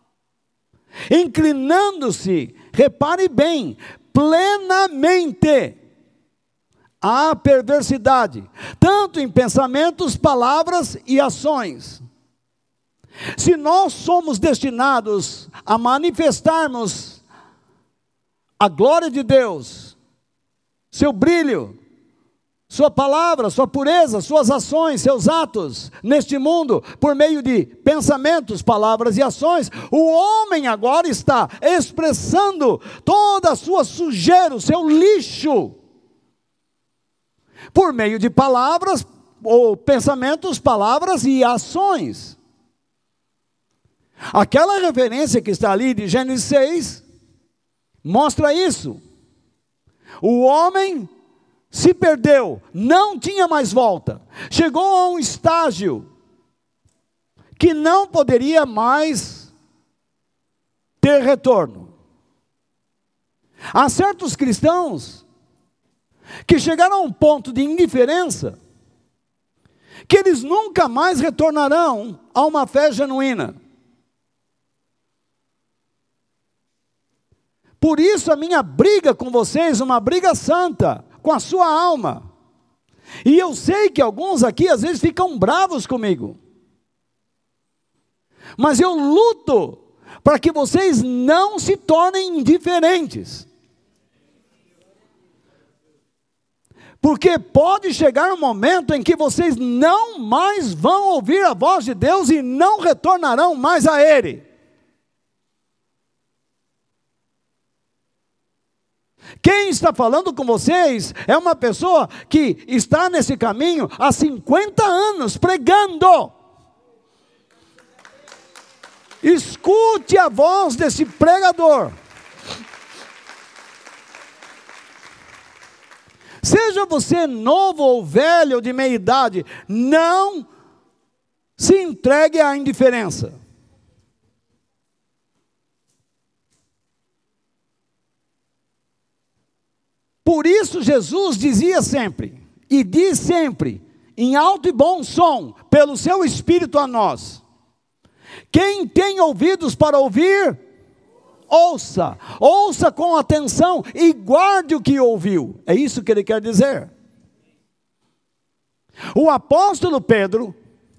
Inclinando-se, repare bem, plenamente à perversidade, tanto em pensamentos, palavras e ações. Se nós somos destinados a manifestarmos a glória de Deus, seu brilho, sua palavra, sua pureza, suas ações, seus atos neste mundo, por meio de pensamentos, palavras e ações, o homem agora está expressando toda a sua sujeira, o seu lixo, por meio de palavras, ou pensamentos, palavras e ações. Aquela referência que está ali de Gênesis 6, mostra isso. O homem se perdeu, não tinha mais volta, chegou a um estágio que não poderia mais ter retorno. Há certos cristãos que chegaram a um ponto de indiferença, que eles nunca mais retornarão a uma fé genuína. Por isso a minha briga com vocês, uma briga santa, com a sua alma. E eu sei que alguns aqui às vezes ficam bravos comigo. Mas eu luto para que vocês não se tornem indiferentes. Porque pode chegar um momento em que vocês não mais vão ouvir a voz de Deus e não retornarão mais a Ele. Quem está falando com vocês é uma pessoa que está nesse caminho há 50 anos pregando. Escute a voz desse pregador. Seja você novo ou velho, de meia idade, não se entregue à indiferença. Por isso Jesus dizia sempre, e diz sempre, em alto e bom som, pelo seu Espírito a nós: quem tem ouvidos para ouvir, ouça, ouça com atenção e guarde o que ouviu. É isso que ele quer dizer. O apóstolo Pedro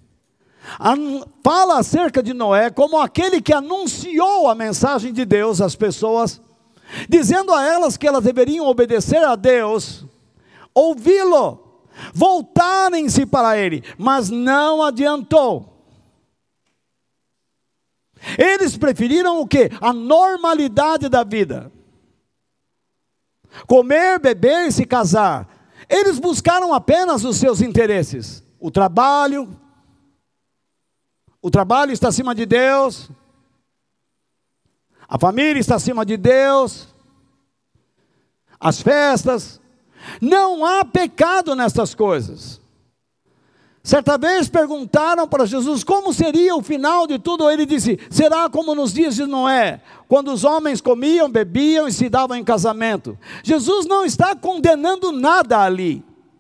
fala acerca de Noé como aquele que anunciou a mensagem de Deus às pessoas, dizendo a elas que elas deveriam obedecer a Deus, ouvi-lo, voltarem-se para Ele, mas não adiantou. Eles preferiram o quê? A normalidade da vida. Comer, beber e se casar. Eles buscaram apenas os seus interesses. O trabalho está acima de Deus. A família está acima de Deus. As festas. Não há pecado nessas coisas. Certa vez perguntaram para Jesus como seria o final de tudo. Ele disse: será como nos dias de Noé, quando os homens comiam, bebiam e se davam em casamento. Jesus não está condenando nada ali.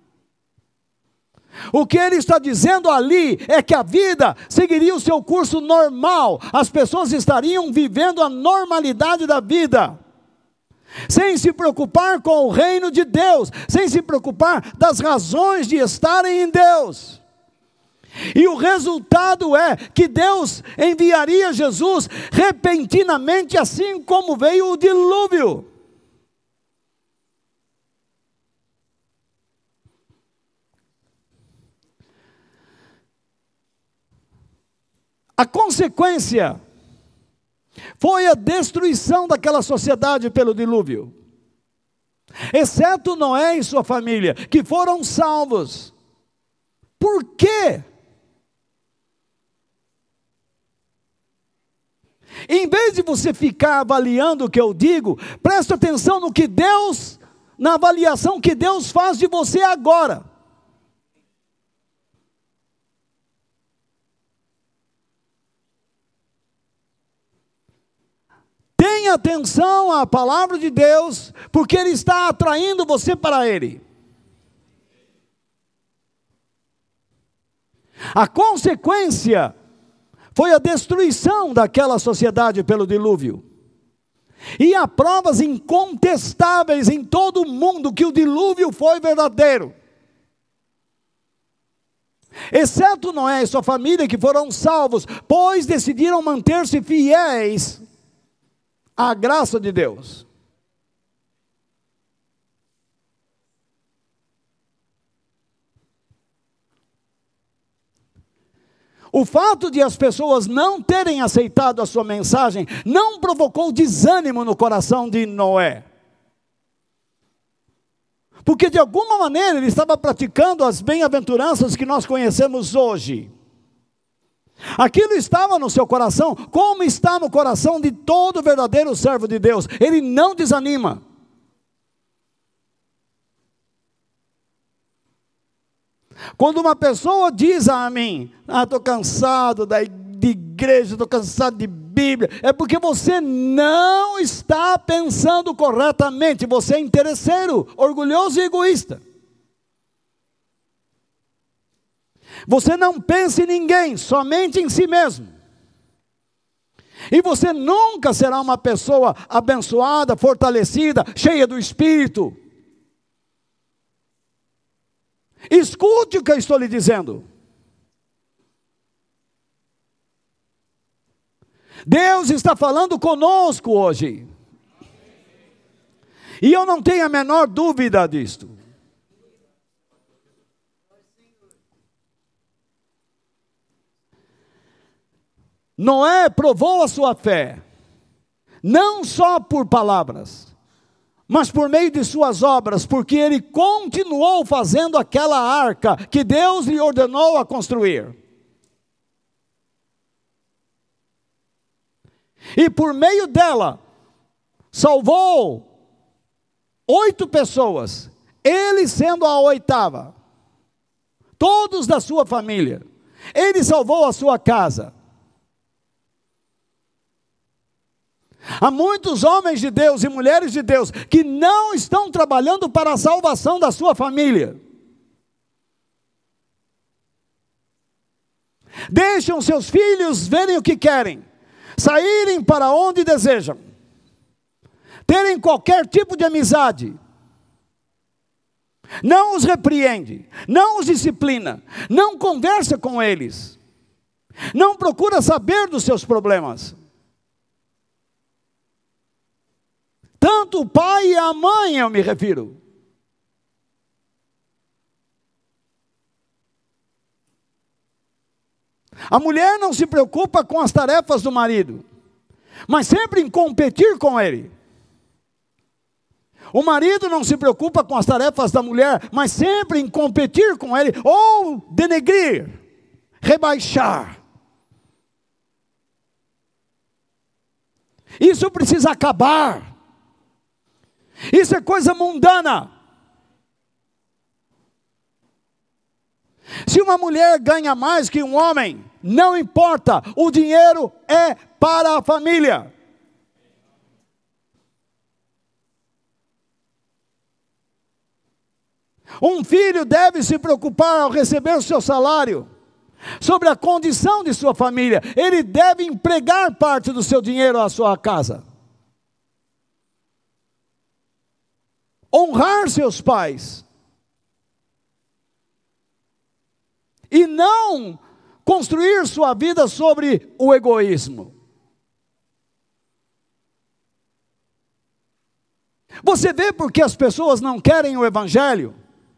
O que ele está dizendo ali é que a vida seguiria o seu curso normal. As pessoas estariam vivendo a normalidade da vida, sem se preocupar com o reino de Deus, sem se preocupar das razões de estarem em Deus. E o resultado é que Deus enviaria Jesus repentinamente, assim como veio o dilúvio. A consequência foi a destruição daquela sociedade pelo dilúvio, exceto Noé e sua família, que foram salvos. Por quê? Em vez de você ficar avaliando o que eu digo, preste atenção no que Deus, na avaliação que Deus faz de você agora. Tenha atenção à palavra de Deus, porque Ele está atraindo você para Ele. A consequência foi a destruição daquela sociedade pelo dilúvio. E há provas incontestáveis em todo o mundo que o dilúvio foi verdadeiro. exceto Noé e sua família, que foram salvos, pois decidiram manter-se fiéis à graça de Deus. O fato de as pessoas não terem aceitado a sua mensagem não provocou desânimo no coração de Noé. Porque de alguma maneira ele estava praticando as bem-aventuranças que nós conhecemos hoje. Aquilo estava no seu coração, como está no coração de todo verdadeiro servo de Deus. Ele não desanima. Quando uma pessoa diz a mim, estou cansado de igreja, estou cansado de Bíblia, é porque você não está pensando corretamente, você é interesseiro, orgulhoso e egoísta. Você não pensa em ninguém, somente em si mesmo. E você nunca será uma pessoa abençoada, fortalecida, cheia do Espírito. Escute o que eu estou lhe dizendo. Deus está falando conosco hoje. E eu não tenho a menor dúvida disto. Noé provou a sua fé, não só por palavras, mas por meio de suas obras, porque ele continuou fazendo aquela arca que Deus lhe ordenou a construir. E por meio dela, salvou 8 pessoas, ele sendo a 8ª, todos da sua família. Ele salvou a sua casa. Há muitos homens de Deus e mulheres de Deus que não estão trabalhando para a salvação da sua família. Deixam seus filhos verem o que querem, saírem para onde desejam, terem qualquer tipo de amizade. Não os repreende, não os disciplina, não conversa com eles, não procura saber dos seus problemas. Tanto o pai e a mãe eu me refiro. A mulher não se preocupa com as tarefas do marido, mas sempre em competir com ele. O marido não se preocupa com as tarefas da mulher, mas sempre em competir com ele, ou denegrir, rebaixar. Isso precisa acabar. Isso é coisa mundana. Se uma mulher ganha mais que um homem, não importa, o dinheiro é para a família. Um filho deve se preocupar ao receber o seu salário sobre a condição de sua família. Ele deve empregar parte do seu dinheiro à sua casa. Honrar seus pais. E não construir sua vida sobre o egoísmo. Você vê por que as pessoas não querem o Evangelho?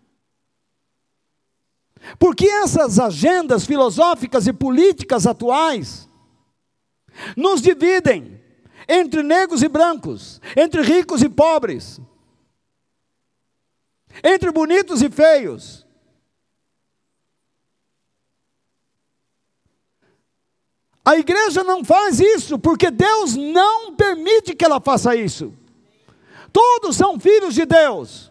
Porque essas agendas filosóficas e políticas atuais nos dividem entre negros e brancos, entre ricos e pobres, entre bonitos e feios. A igreja não faz isso, porque Deus não permite que ela faça isso. Todos são filhos de Deus.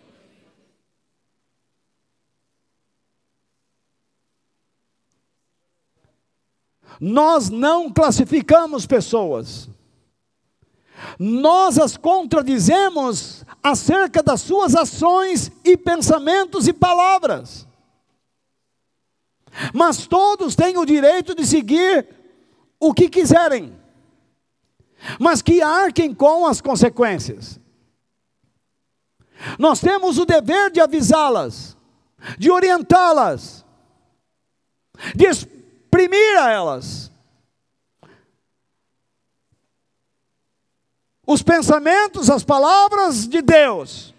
Nós não classificamos pessoas. Nós as contradizemos acerca das suas ações e pensamentos e palavras. Mas todos têm o direito de seguir o que quiserem, mas que arquem com as consequências. Nós temos o dever de avisá-las, de orientá-las, de exprimir a elas os pensamentos, as palavras de Deus.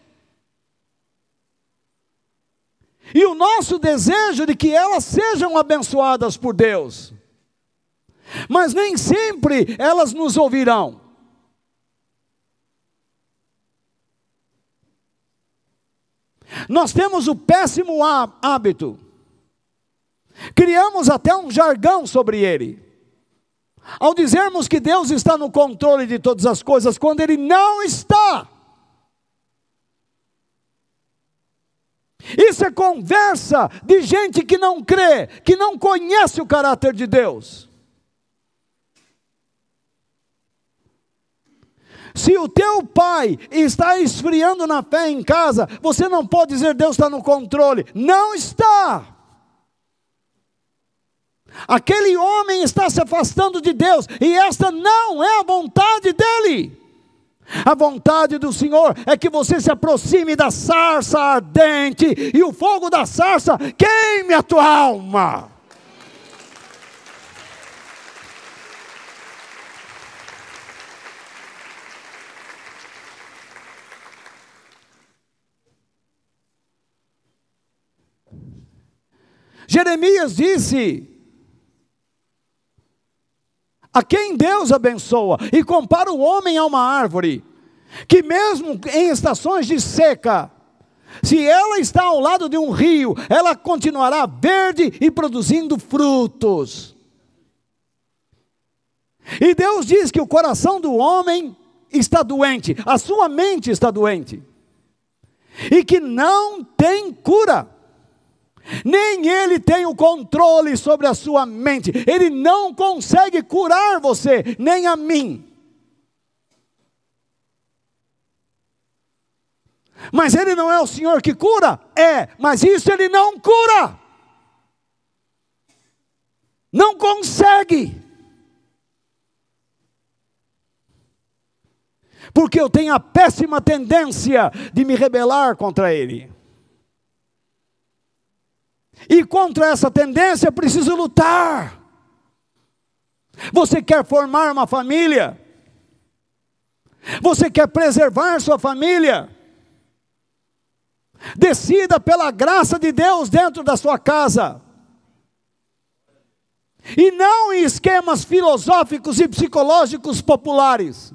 E o nosso desejo de que elas sejam abençoadas por Deus. Mas nem sempre elas nos ouvirão. Nós temos o péssimo hábito. Criamos até um jargão sobre ele. Ao dizermos que Deus está no controle de todas as coisas, quando Ele não está. Isso é conversa de gente que não crê, que não conhece o caráter de Deus. Se o teu pai está esfriando na fé em casa, você não pode dizer Deus está no controle. Não está. Aquele homem está se afastando de Deus, e esta não é a vontade dele. A vontade do Senhor é que você se aproxime da sarça ardente, e o fogo da sarça queime a tua alma. Jeremias disse: a quem Deus abençoa e compara o homem a uma árvore, que mesmo em estações de seca, se ela está ao lado de um rio, ela continuará verde e produzindo frutos. E Deus diz que o coração do homem está doente, a sua mente está doente, e que não tem cura. Nem ele tem o controle sobre a sua mente. Ele não consegue curar você, nem a mim. Mas ele não é o Senhor que cura? É, mas isso ele não cura. Não consegue. Porque eu tenho a péssima tendência de me rebelar contra ele. E contra essa tendência eu preciso lutar. Você quer formar uma família? Você quer preservar sua família? Decida pela graça de Deus dentro da sua casa. E não em esquemas filosóficos e psicológicos populares.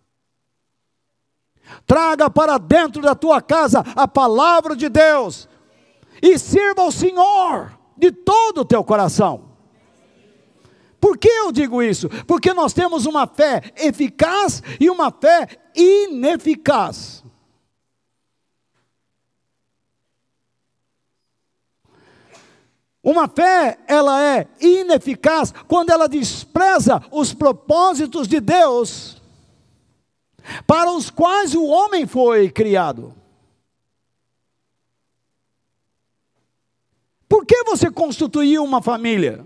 Traga para dentro da tua casa a palavra de Deus. E sirva ao Senhor de todo o teu coração. Por que eu digo isso? Porque nós temos uma fé eficaz e uma fé ineficaz. Uma fé, ela é ineficaz quando ela despreza os propósitos de Deus para os quais o homem foi criado. Por que você constituiu uma família?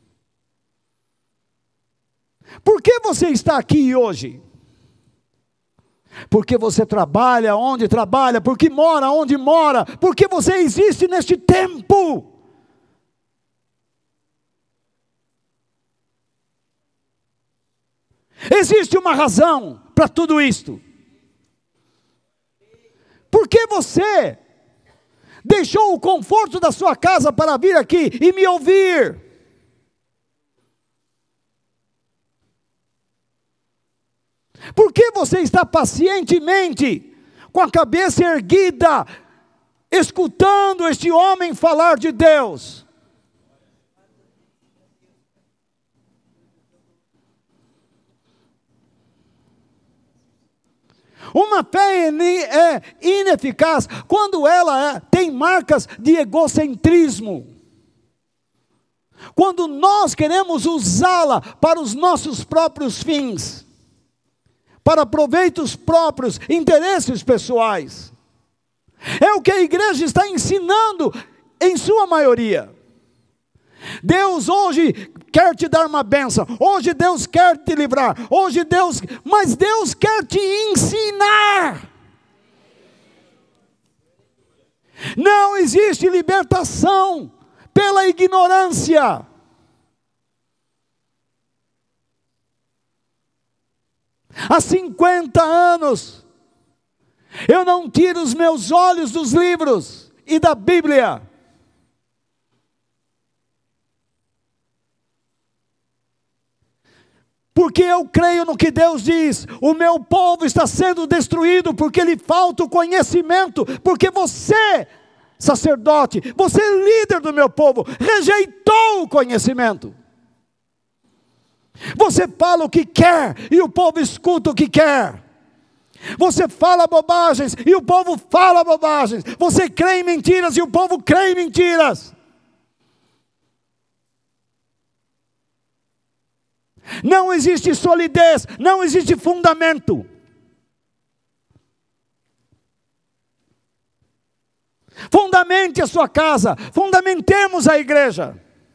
Por que você está aqui hoje? Porque você trabalha onde trabalha, porque mora onde mora, porque você existe neste tempo. Existe uma razão para tudo isto. Por que você deixou o conforto da sua casa para vir aqui e me ouvir? Por que você está pacientemente, com a cabeça erguida, escutando este homem falar de Deus? Uma fé é ineficaz quando ela tem marcas de egocentrismo. Quando nós queremos usá-la para os nossos próprios fins, para proveitos próprios, interesses pessoais. É o que a igreja está ensinando em sua maioria. Deus hoje quer te dar uma bênção, hoje Deus quer te livrar, mas Deus quer te ensinar. Não existe libertação pela ignorância. Há 50 anos, eu não tiro os meus olhos dos livros e da Bíblia. Porque eu creio no que Deus diz. O meu povo está sendo destruído porque lhe falta o conhecimento. Porque você, sacerdote, você é líder do meu povo, rejeitou o conhecimento. Você fala o que quer e o povo escuta o que quer. Você fala bobagens e o povo fala bobagens. Você crê em mentiras e o povo crê em mentiras. Não existe solidez, não existe fundamento. Fundamente a sua casa, fundamentemos a igreja.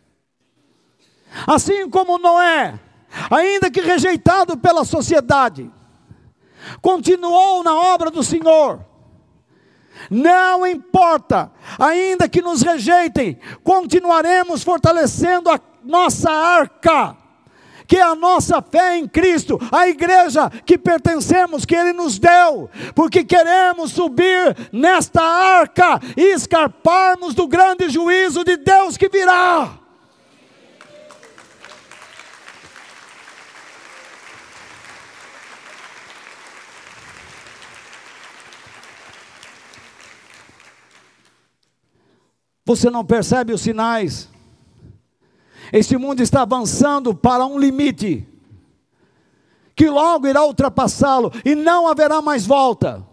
Assim como Noé, ainda que rejeitado pela sociedade, continuou na obra do Senhor. Não importa, ainda que nos rejeitem, continuaremos fortalecendo a nossa arca, que é a nossa fé em Cristo, a igreja que pertencemos, que Ele nos deu, porque queremos subir nesta arca e escaparmos do grande juízo de Deus que virá. Você não percebe os sinais? Este mundo está avançando para um limite, que logo irá ultrapassá-lo, e não haverá mais volta.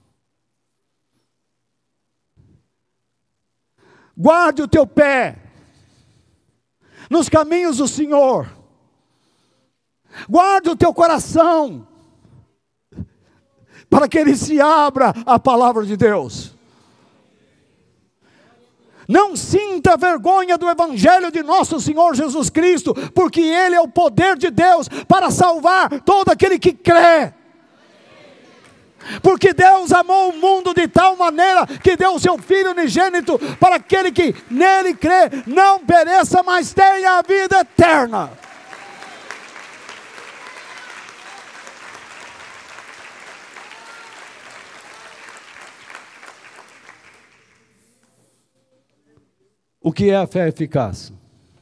Guarde o teu pé nos caminhos do Senhor. Guarde o teu coração, para que ele se abra à palavra de Deus. Não sinta vergonha do Evangelho de nosso Senhor Jesus Cristo, porque Ele é o poder de Deus para salvar todo aquele que crê. Porque Deus amou o mundo de tal maneira que deu o seu Filho unigênito para aquele que nele crê não pereça, mas tenha a vida eterna. O que é a fé eficaz?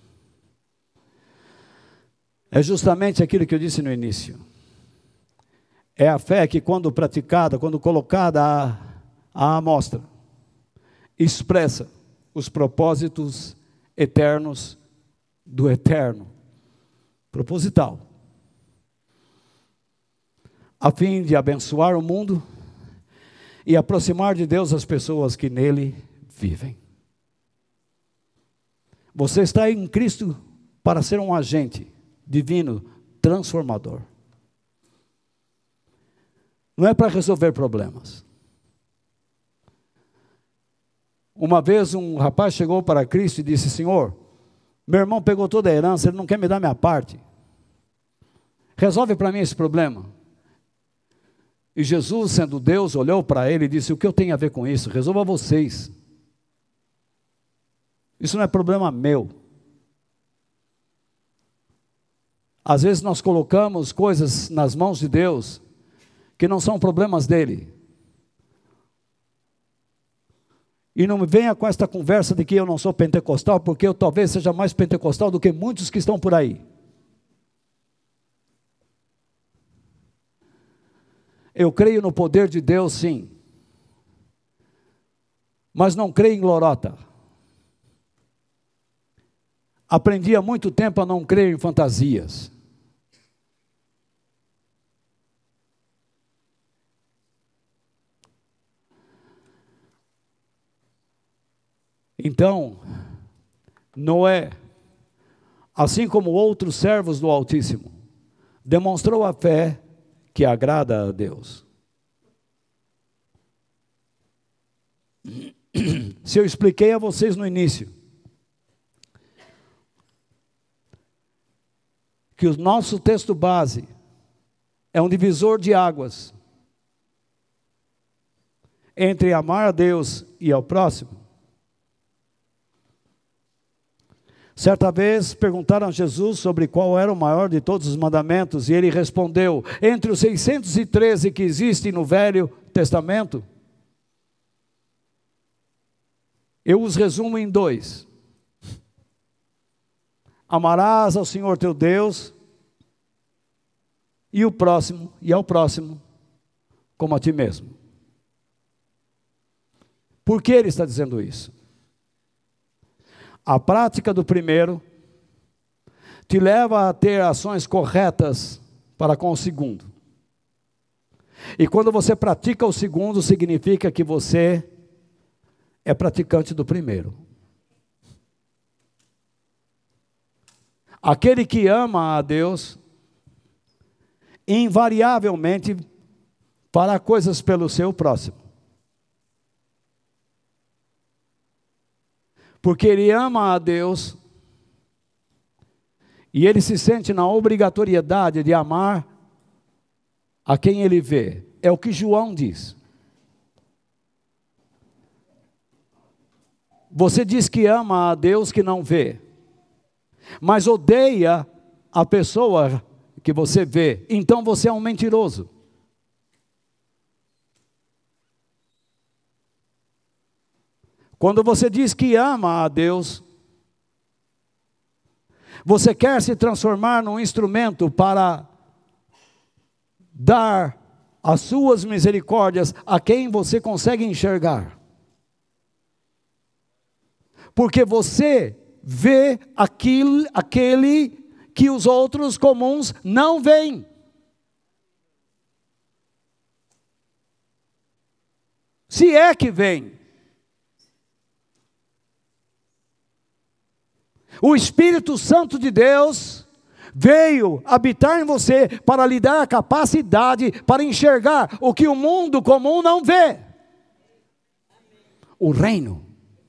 É justamente aquilo que eu disse no início. É a fé que, quando praticada, quando colocada à amostra, expressa os propósitos eternos do eterno, proposital, a fim de abençoar o mundo e aproximar de Deus as pessoas que nele vivem. Você está em Cristo para ser um agente divino, transformador. Não é para resolver problemas. Uma vez um rapaz chegou para Cristo e disse: Senhor, meu irmão pegou toda a herança, ele não quer me dar minha parte. Resolve para mim esse problema. E Jesus, sendo Deus, olhou para ele e disse: o que eu tenho a ver com isso? Resolva vocês. Isso não é problema meu. Às vezes nós colocamos coisas nas mãos de Deus que não são problemas dele. E não me venha com esta conversa de que eu não sou pentecostal, porque eu talvez seja mais pentecostal do que muitos que estão por aí. Eu creio no poder de Deus, sim. Mas não creio em lorota. Aprendi há muito tempo a não crer em fantasias. Então, Noé, assim como outros servos do Altíssimo, demonstrou a fé que agrada a Deus. Se eu expliquei a vocês no início que o nosso texto base é um divisor de águas entre amar a Deus e ao próximo, Certa vez perguntaram a Jesus sobre qual era o maior de todos os mandamentos, e ele respondeu: entre os 613 que existem no Velho Testamento, eu os resumo em 2. Amarás ao Senhor teu Deus e ao próximo como a ti mesmo. Por que ele está dizendo isso? A prática do primeiro te leva a ter ações corretas para com o segundo. E quando você pratica o segundo, significa que você é praticante do primeiro. Aquele que ama a Deus, invariavelmente fará coisas pelo seu próximo. Porque ele ama a Deus e ele se sente na obrigatoriedade de amar a quem ele vê. É o que João diz. Você diz que ama a Deus que não vê, mas odeia a pessoa que você vê, então você é um mentiroso. Quando você diz que ama a Deus, você quer se transformar num instrumento para dar as suas misericórdias a quem você consegue enxergar. Porque você vê aquele que os outros comuns não veem. Se é que veem. O Espírito Santo de Deus veio habitar em você para lhe dar a capacidade para enxergar o que o mundo comum não vê. O reino.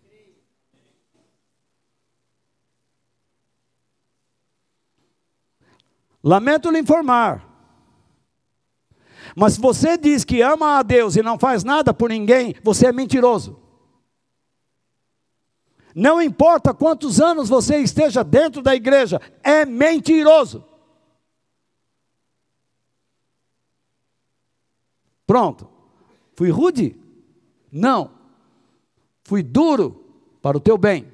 Lamento lhe informar, mas se você diz que ama a Deus e não faz nada por ninguém, você é mentiroso. Não importa quantos anos você esteja dentro da igreja, é mentiroso. Pronto. Fui rude? Não. Fui duro para o teu bem.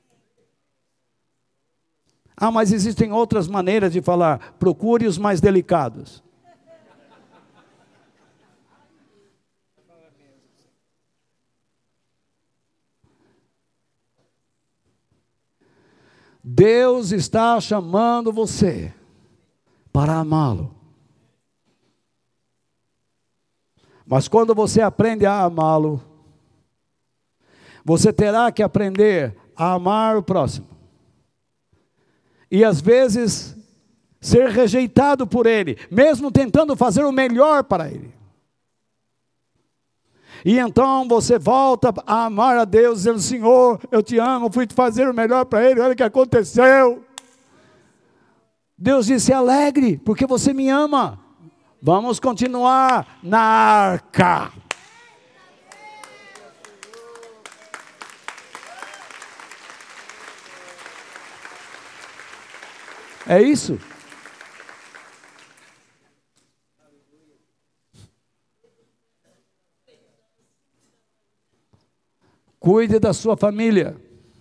Ah, mas existem outras maneiras de falar. Procure os mais delicados. Deus está chamando você para amá-lo. Mas quando você aprende a amá-lo, você terá que aprender a amar o próximo. E às vezes ser rejeitado por ele, mesmo tentando fazer o melhor para ele. E então você volta a amar a Deus, dizendo: Senhor, eu te amo, fui fazer o melhor para ele, olha o que aconteceu. Deus disse: alegre, porque você me ama. Vamos continuar na arca. É isso. Cuide da sua família.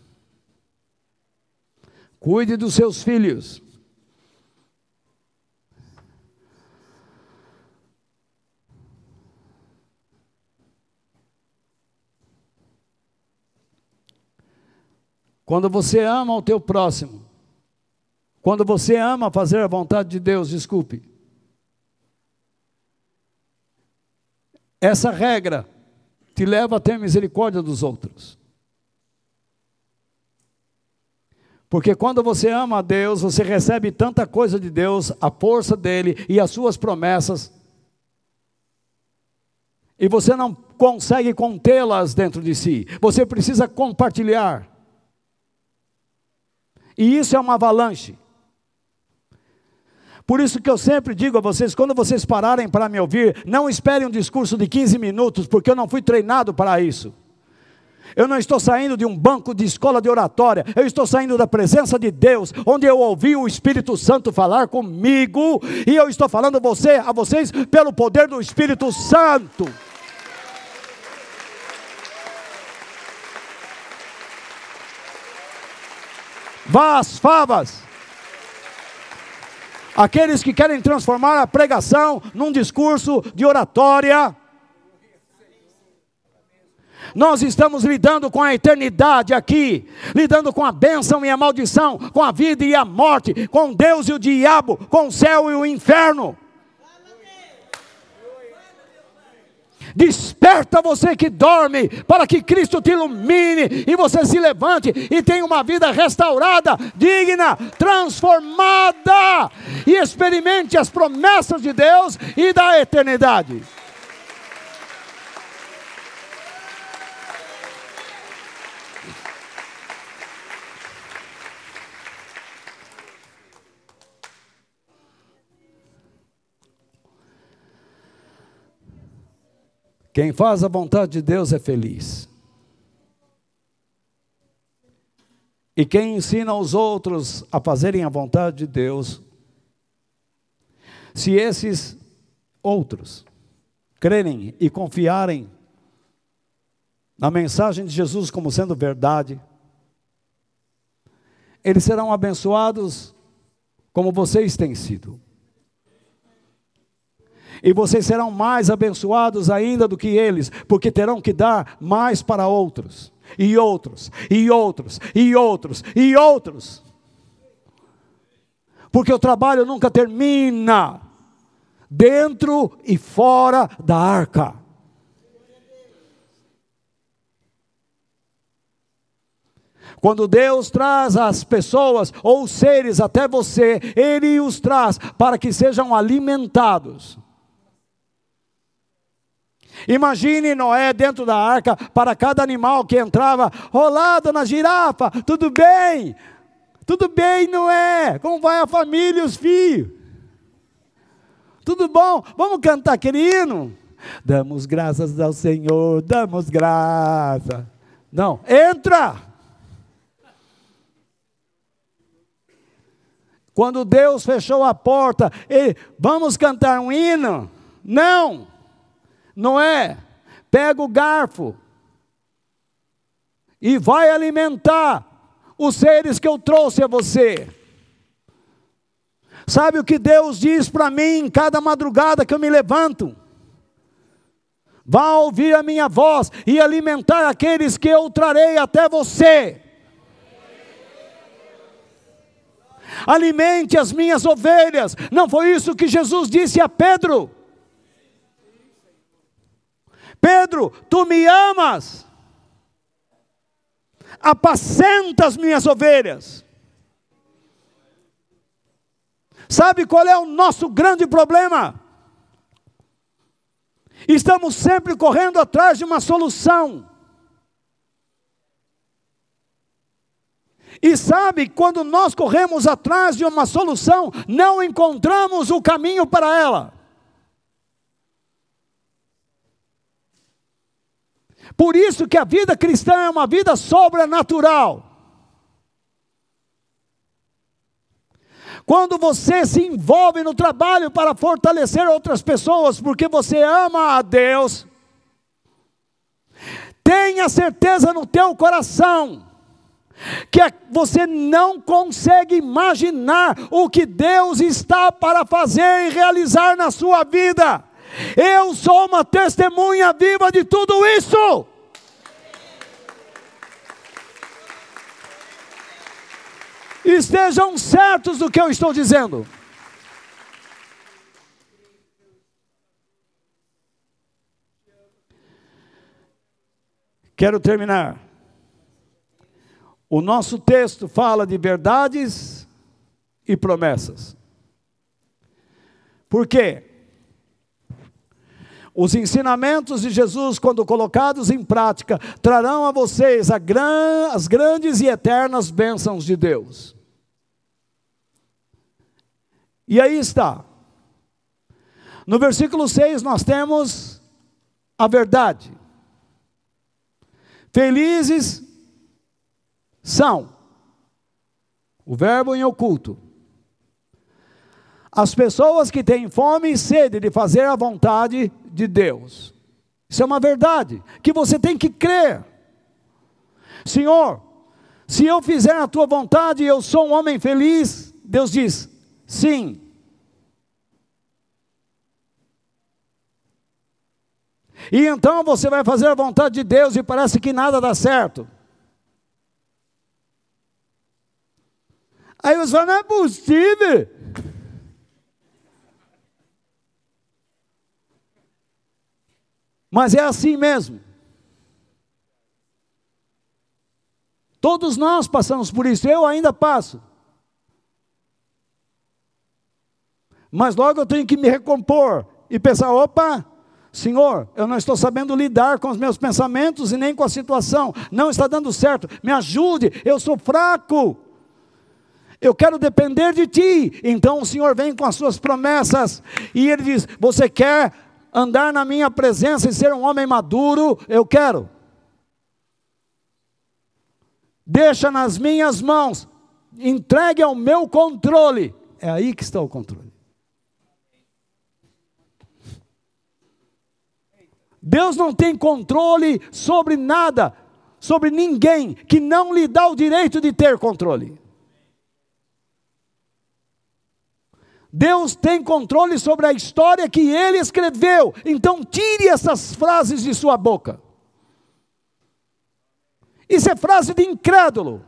Cuide dos seus filhos. Quando você ama o teu próximo, quando você ama fazer a vontade de Deus, essa regra te leva a ter misericórdia dos outros. Porque quando você ama a Deus, você recebe tanta coisa de Deus, a força dele e as suas promessas, e você não consegue contê-las dentro de si. Você precisa compartilhar. E isso é uma avalanche. Por isso que eu sempre digo a vocês, quando vocês pararem para me ouvir, não esperem um discurso de 15 minutos, porque eu não fui treinado para isso. Eu não estou saindo de um banco de escola de oratória. Eu estou saindo da presença de Deus, onde eu ouvi o Espírito Santo falar comigo. E eu estou falando a vocês pelo poder do Espírito Santo. Vá às favas. Aqueles que querem transformar a pregação num discurso de oratória. Nós estamos lidando com a eternidade aqui, lidando com a bênção e a maldição, com a vida e a morte, com Deus e o diabo, com o céu e o inferno. Desperta você que dorme, para que Cristo te ilumine e você se levante e tenha uma vida restaurada, digna, transformada, e experimente as promessas de Deus e da eternidade. Quem faz a vontade de Deus é feliz. E quem ensina os outros a fazerem a vontade de Deus, se esses outros crerem e confiarem na mensagem de Jesus como sendo verdade, eles serão abençoados como vocês têm sido. E vocês serão mais abençoados ainda do que eles, porque terão que dar mais para outros, e outros, e outros, e outros, e outros. Porque o trabalho nunca termina, dentro e fora da arca. Quando Deus traz as pessoas ou os seres até você, Ele os traz para que sejam alimentados. Imagine Noé dentro da arca, para cada animal que entrava: olá, dona girafa, tudo bem? Tudo bem, Noé? Como vai a família e os filhos? Tudo bom? Vamos cantar aquele hino? Damos graças ao Senhor, damos graça. Não, entra! Quando Deus fechou a porta, vamos cantar um hino? Não! Noé, pega o garfo e vai alimentar os seres que eu trouxe a você. Sabe o que Deus diz para mim cada madrugada que eu me levanto? Vá ouvir a minha voz e alimentar aqueles que eu trarei até você. Alimente as minhas ovelhas. Não foi isso que Jesus disse a Pedro? Pedro, tu me amas, apacenta as minhas ovelhas. Sabe qual é o nosso grande problema? Estamos sempre correndo atrás de uma solução. E sabe, quando nós corremos atrás de uma solução, não encontramos o caminho para ela. Por isso que a vida cristã é uma vida sobrenatural. Quando você se envolve no trabalho para fortalecer outras pessoas, porque você ama a Deus, tenha certeza no teu coração, que você não consegue imaginar o que Deus está para fazer e realizar na sua vida. Eu sou uma testemunha viva de tudo isso. Estejam certos do que eu estou dizendo. Quero terminar. O nosso texto fala de verdades e promessas. Por quê? Os ensinamentos de Jesus, quando colocados em prática, trarão a vocês as grandes e eternas bênçãos de Deus. E aí está. No versículo 6 nós temos a verdade. Felizes são, o verbo em oculto, as pessoas que têm fome e sede de fazer a vontade de Deus. Isso é uma verdade que você tem que crer. Senhor, se eu fizer a tua vontade, eu sou um homem feliz. Deus diz, sim. E então você vai fazer a vontade de Deus e parece que nada dá certo. Aí você fala, não é possível. Mas é assim mesmo. Todos nós passamos por isso, eu ainda passo. Mas logo eu tenho que me recompor e pensar, opa, Senhor, eu não estou sabendo lidar com os meus pensamentos e nem com a situação, não está dando certo, me ajude, eu sou fraco, eu quero depender de Ti. Então o Senhor vem com as suas promessas, e Ele diz, você quer andar na minha presença e ser um homem maduro? Eu quero. Deixa nas minhas mãos, entregue ao meu controle. É aí que está o controle. Deus não tem controle sobre nada, sobre ninguém, que não lhe dá o direito de ter controle. Deus tem controle sobre a história que Ele escreveu. Então tire essas frases de sua boca. Isso é frase de incrédulo.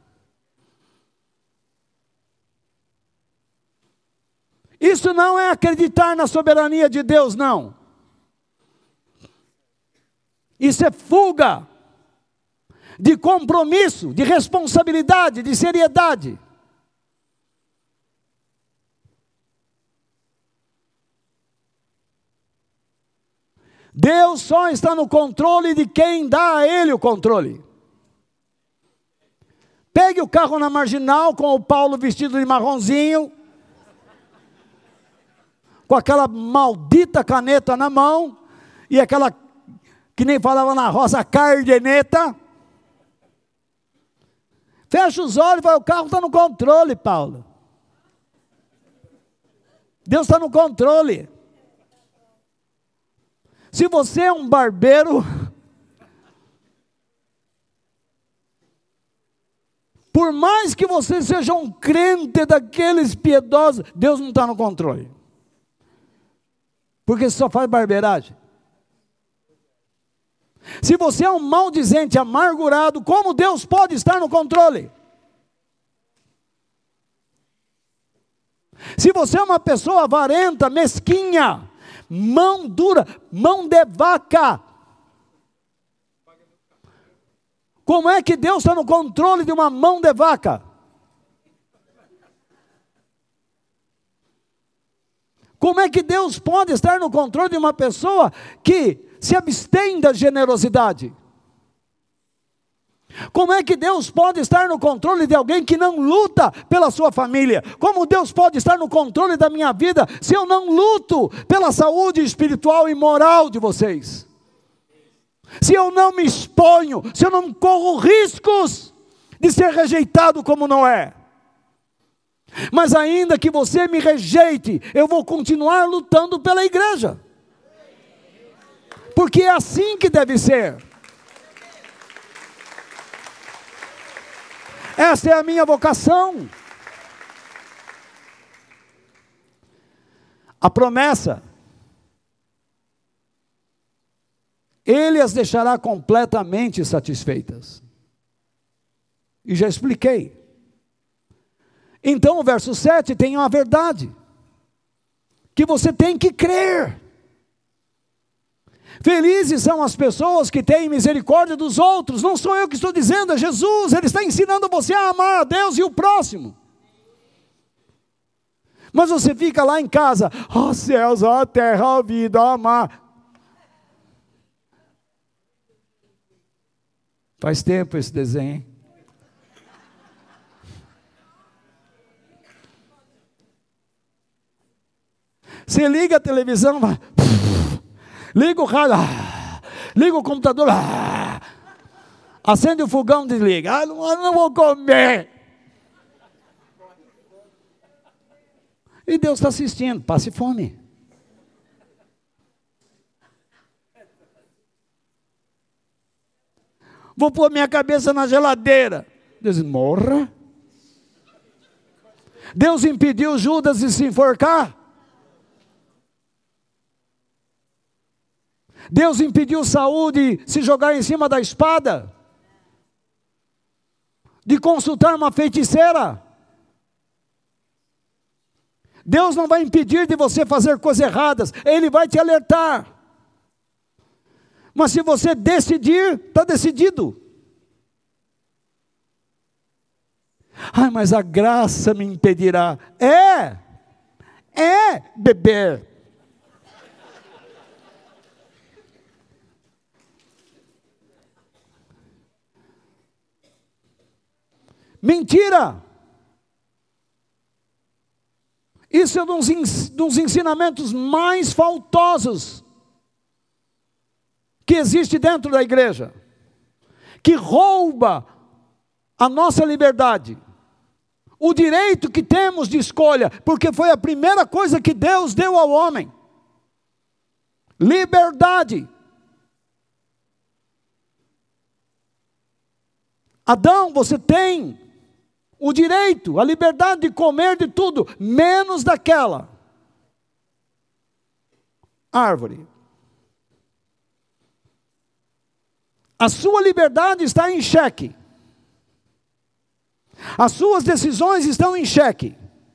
Isso não é acreditar na soberania de Deus, não. Isso é fuga de compromisso, de responsabilidade, de seriedade. Deus só está no controle de quem dá a Ele o controle. Pegue o carro na marginal com o Paulo vestido de marronzinho, com aquela maldita caneta na mão, e aquela, que nem falava na roça, cardeneta. Fecha os olhos e fala, o carro está no controle, Paulo. Deus está no controle. Se você é um barbeiro, por mais que você seja um crente daqueles piedosos, Deus não está no controle. Porque você só faz barbeiragem. Se você é um maldizente, amargurado, como Deus pode estar no controle? Se você é uma pessoa avarenta, mesquinha, mão dura, mão de vaca, como é que Deus está no controle de uma mão de vaca? Como é que Deus pode estar no controle de uma pessoa que se abstém da generosidade? Como é que Deus pode estar no controle de alguém que não luta pela sua família? Como Deus pode estar no controle da minha vida se eu não luto pela saúde espiritual e moral de vocês? Se eu não me exponho, se eu não corro riscos de ser rejeitado como Noé. Mas ainda que você me rejeite, eu vou continuar lutando pela igreja. Porque é assim que deve ser. Essa é a minha vocação. A promessa, Ele as deixará completamente satisfeitas. E já expliquei. Então o verso 7 tem uma verdade, que você tem que crer. Felizes são as pessoas que têm misericórdia dos outros. Não sou eu que estou dizendo, é Jesus. Ele está ensinando você a amar a Deus e o próximo. Mas você fica lá em casa, ó céus, ó terra, ó vida, ó mar. Faz tempo esse desenho, hein? Você liga a televisão, vai, liga o rádio, liga o computador, Acende o fogão, desliga. Ah, não vou comer. E Deus está assistindo, passe fome. Vou pôr minha cabeça na geladeira. Deus diz, morra. Deus impediu Judas de se enforcar. Deus impediu Saul de se jogar em cima da espada. De consultar uma feiticeira. Deus não vai impedir de você fazer coisas erradas. Ele vai te alertar. Mas se você decidir, está decidido. Ai, mas a graça me impedirá. É beber. Mentira. Isso é um dos ensinamentos mais faltosos que existe dentro da igreja, que rouba a nossa liberdade, o direito que temos de escolha, porque foi a primeira coisa que Deus deu ao homem: liberdade. Adão, você tem o direito, a liberdade de comer de tudo, menos daquela árvore. A sua liberdade está em xeque. As suas decisões estão em xeque.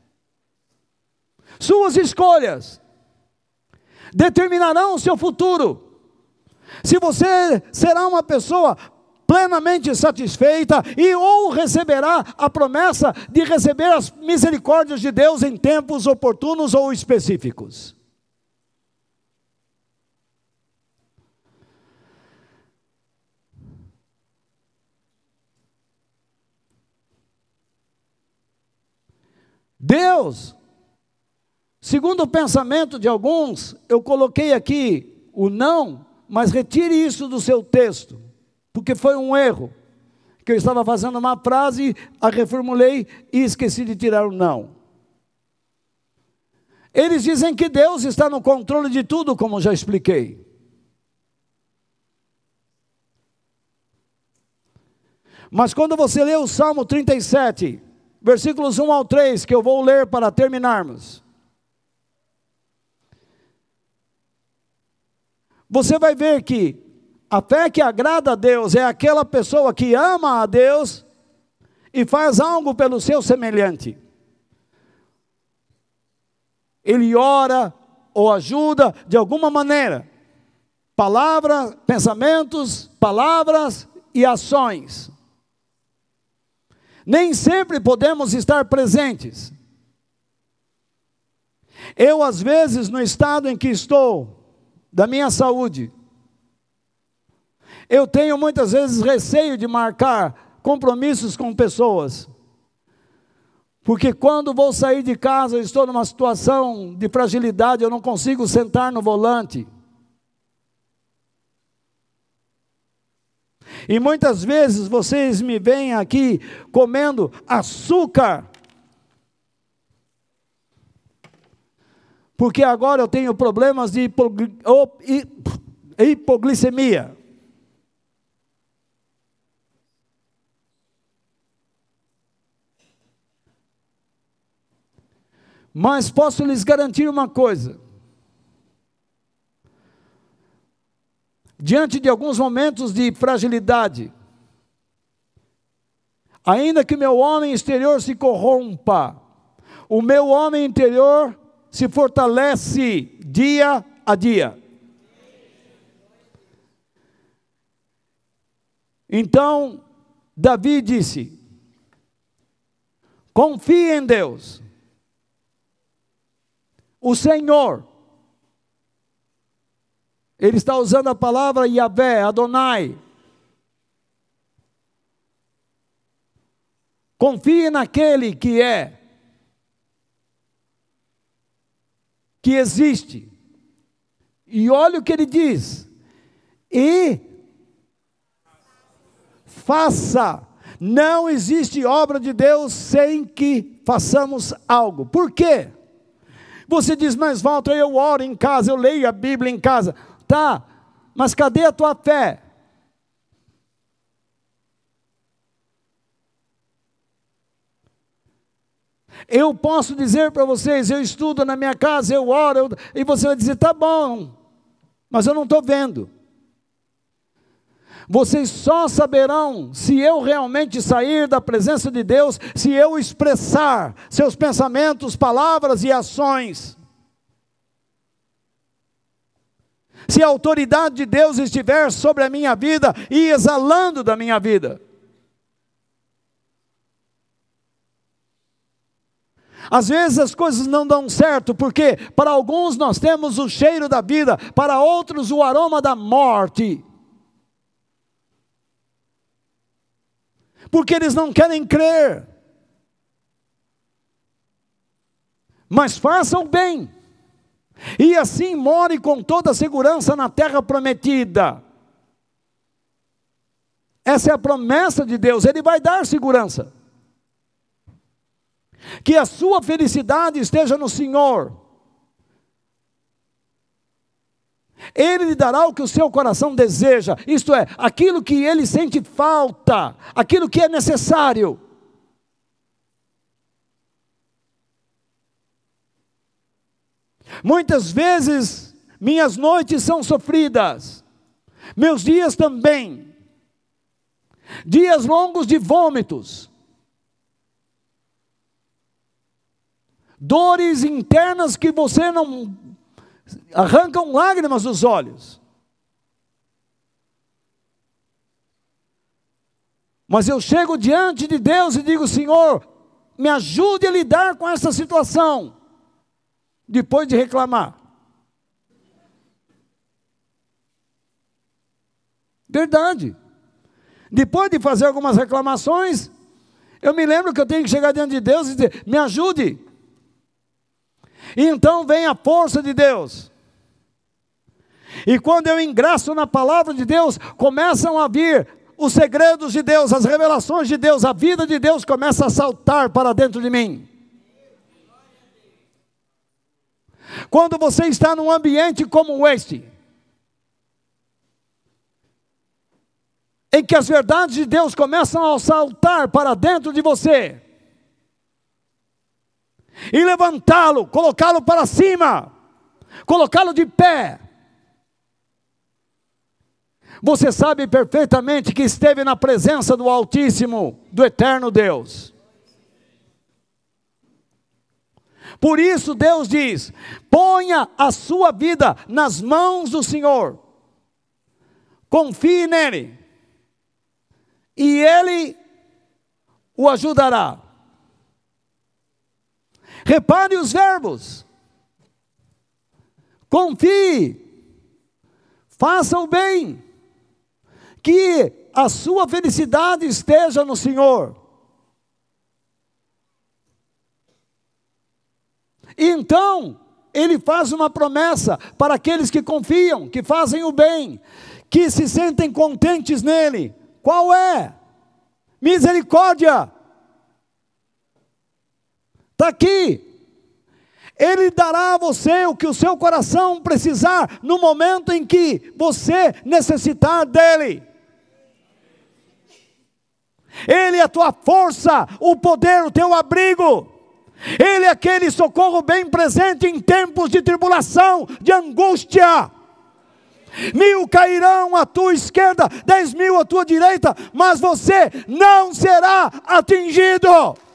Suas escolhas determinarão o seu futuro. Se você será uma pessoa plenamente satisfeita e ou receberá a promessa de receber as misericórdias de Deus em tempos oportunos ou específicos. Deus, segundo o pensamento de alguns, eu coloquei aqui o não, mas retire isso do seu texto, porque foi um erro, que eu estava fazendo uma frase, a reformulei e esqueci de tirar o não. Eles dizem que Deus está no controle de tudo, como já expliquei. Mas quando você lê o Salmo 37, versículos 1 ao 3, que eu vou ler para terminarmos, você vai ver que a fé que agrada a Deus é aquela pessoa que ama a Deus e faz algo pelo seu semelhante. Ele ora ou ajuda de alguma maneira. Palavras, pensamentos, palavras e ações. Nem sempre podemos estar presentes. Eu, às vezes, no estado em que estou, da minha saúde, eu tenho muitas vezes receio de marcar compromissos com pessoas. Porque quando vou sair de casa, eu estou numa situação de fragilidade, eu não consigo sentar no volante. E muitas vezes vocês me veem aqui comendo açúcar. Porque agora eu tenho problemas de hipoglicemia. Mas posso lhes garantir uma coisa. Diante de alguns momentos de fragilidade, ainda que meu homem exterior se corrompa, o meu homem interior se fortalece dia a dia. Então, Davi disse: confie em Deus, o Senhor. Ele está usando a palavra Yahvé, Adonai. Confie naquele que é, que existe. E olha o que ele diz: e faça. Não existe obra de Deus sem que façamos algo. Por quê? Você diz, mas Walter, eu oro em casa, eu leio a Bíblia em casa. Tá, mas cadê a tua fé? Eu posso dizer para vocês, eu estudo na minha casa, eu oro, e você vai dizer, tá bom, mas eu não estou vendo. Vocês só saberão se eu realmente sair da presença de Deus, se eu expressar seus pensamentos, palavras e ações. Se a autoridade de Deus estiver sobre a minha vida e exalando da minha vida. Às vezes as coisas não dão certo, porque para alguns nós temos o cheiro da vida, para outros o aroma da morte. Porque eles não querem crer. Mas faça o bem. E assim more com toda a segurança na terra prometida. Essa é a promessa de Deus, Ele vai dar segurança. Que a sua felicidade esteja no Senhor. Ele lhe dará o que o seu coração deseja, isto é, aquilo que ele sente falta, aquilo que é necessário. Muitas vezes, minhas noites são sofridas, meus dias também, dias longos de vômitos, dores internas que você não arrancam lágrimas dos olhos. Mas eu chego diante de Deus e digo, Senhor, me ajude a lidar com essa situação, depois de reclamar. Verdade. Depois de fazer algumas reclamações, eu me lembro que eu tenho que chegar diante de Deus e dizer, me ajude. E então vem a força de Deus. E quando eu engraço na palavra de Deus, começam a vir os segredos de Deus, as revelações de Deus, a vida de Deus começa a saltar para dentro de mim. Quando você está num ambiente como este, em que as verdades de Deus começam a saltar para dentro de você, e levantá-lo, colocá-lo para cima, colocá-lo de pé. Você sabe perfeitamente que esteve na presença do Altíssimo, do Eterno Deus. Por isso Deus diz, ponha a sua vida nas mãos do Senhor, confie nele, e Ele o ajudará. Repare os verbos, confie, faça o bem, que a sua felicidade esteja no Senhor. E então, Ele faz uma promessa para aqueles que confiam, que fazem o bem, que se sentem contentes nele. Qual é? Misericórdia. Está aqui. Ele dará a você o que o seu coração precisar, no momento em que você necessitar dele. Ele é a tua força, o poder, o teu abrigo. Ele é aquele socorro bem presente em tempos de tribulação, de angústia. 1000 cairão à tua esquerda, 10.000 à tua direita, mas você não será atingido.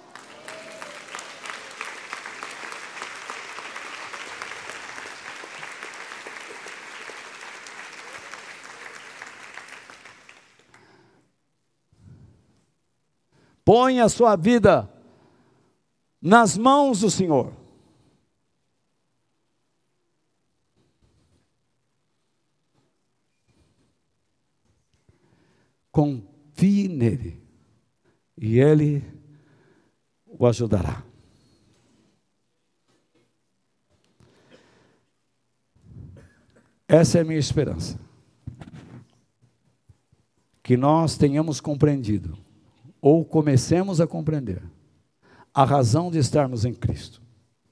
Põe a sua vida nas mãos do Senhor. Confie nele e Ele o ajudará. Essa é a minha esperança. que nós tenhamos compreendido, ou comecemos a compreender, a razão de estarmos em Cristo.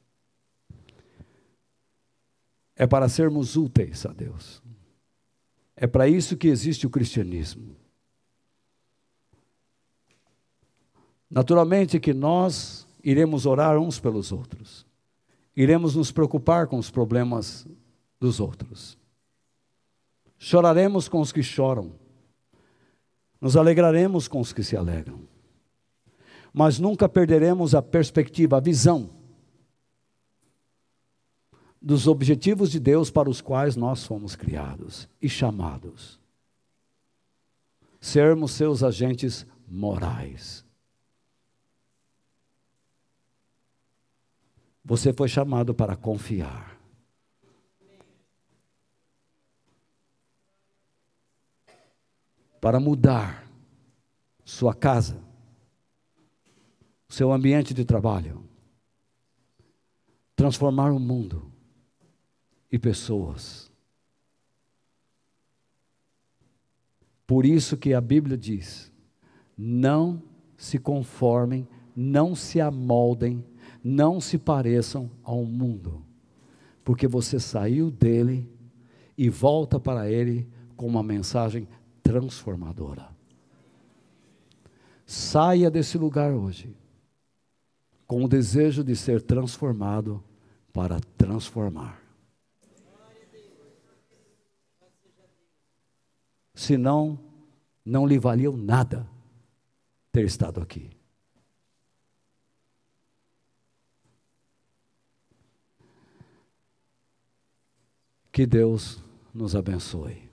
É para sermos úteis a Deus. É para isso que existe o cristianismo. Naturalmente que nós iremos orar uns pelos outros. Iremos nos preocupar com os problemas dos outros. Choraremos com os que choram. Nos alegraremos com os que se alegram. Mas nunca perderemos a perspectiva, a visão dos objetivos de Deus para os quais nós fomos criados e chamados. Sermos seus agentes morais. Você foi chamado para confiar. Para mudar sua casa, seu ambiente de trabalho, transformar o mundo e pessoas. Por isso que a Bíblia diz: não se conformem, não se amoldem, não se pareçam ao mundo, porque você saiu dele e volta para ele com uma mensagem transformadora. Saia desse lugar hoje com o desejo de ser transformado para transformar. Senão, não lhe valia nada ter estado aqui. Que Deus nos abençoe.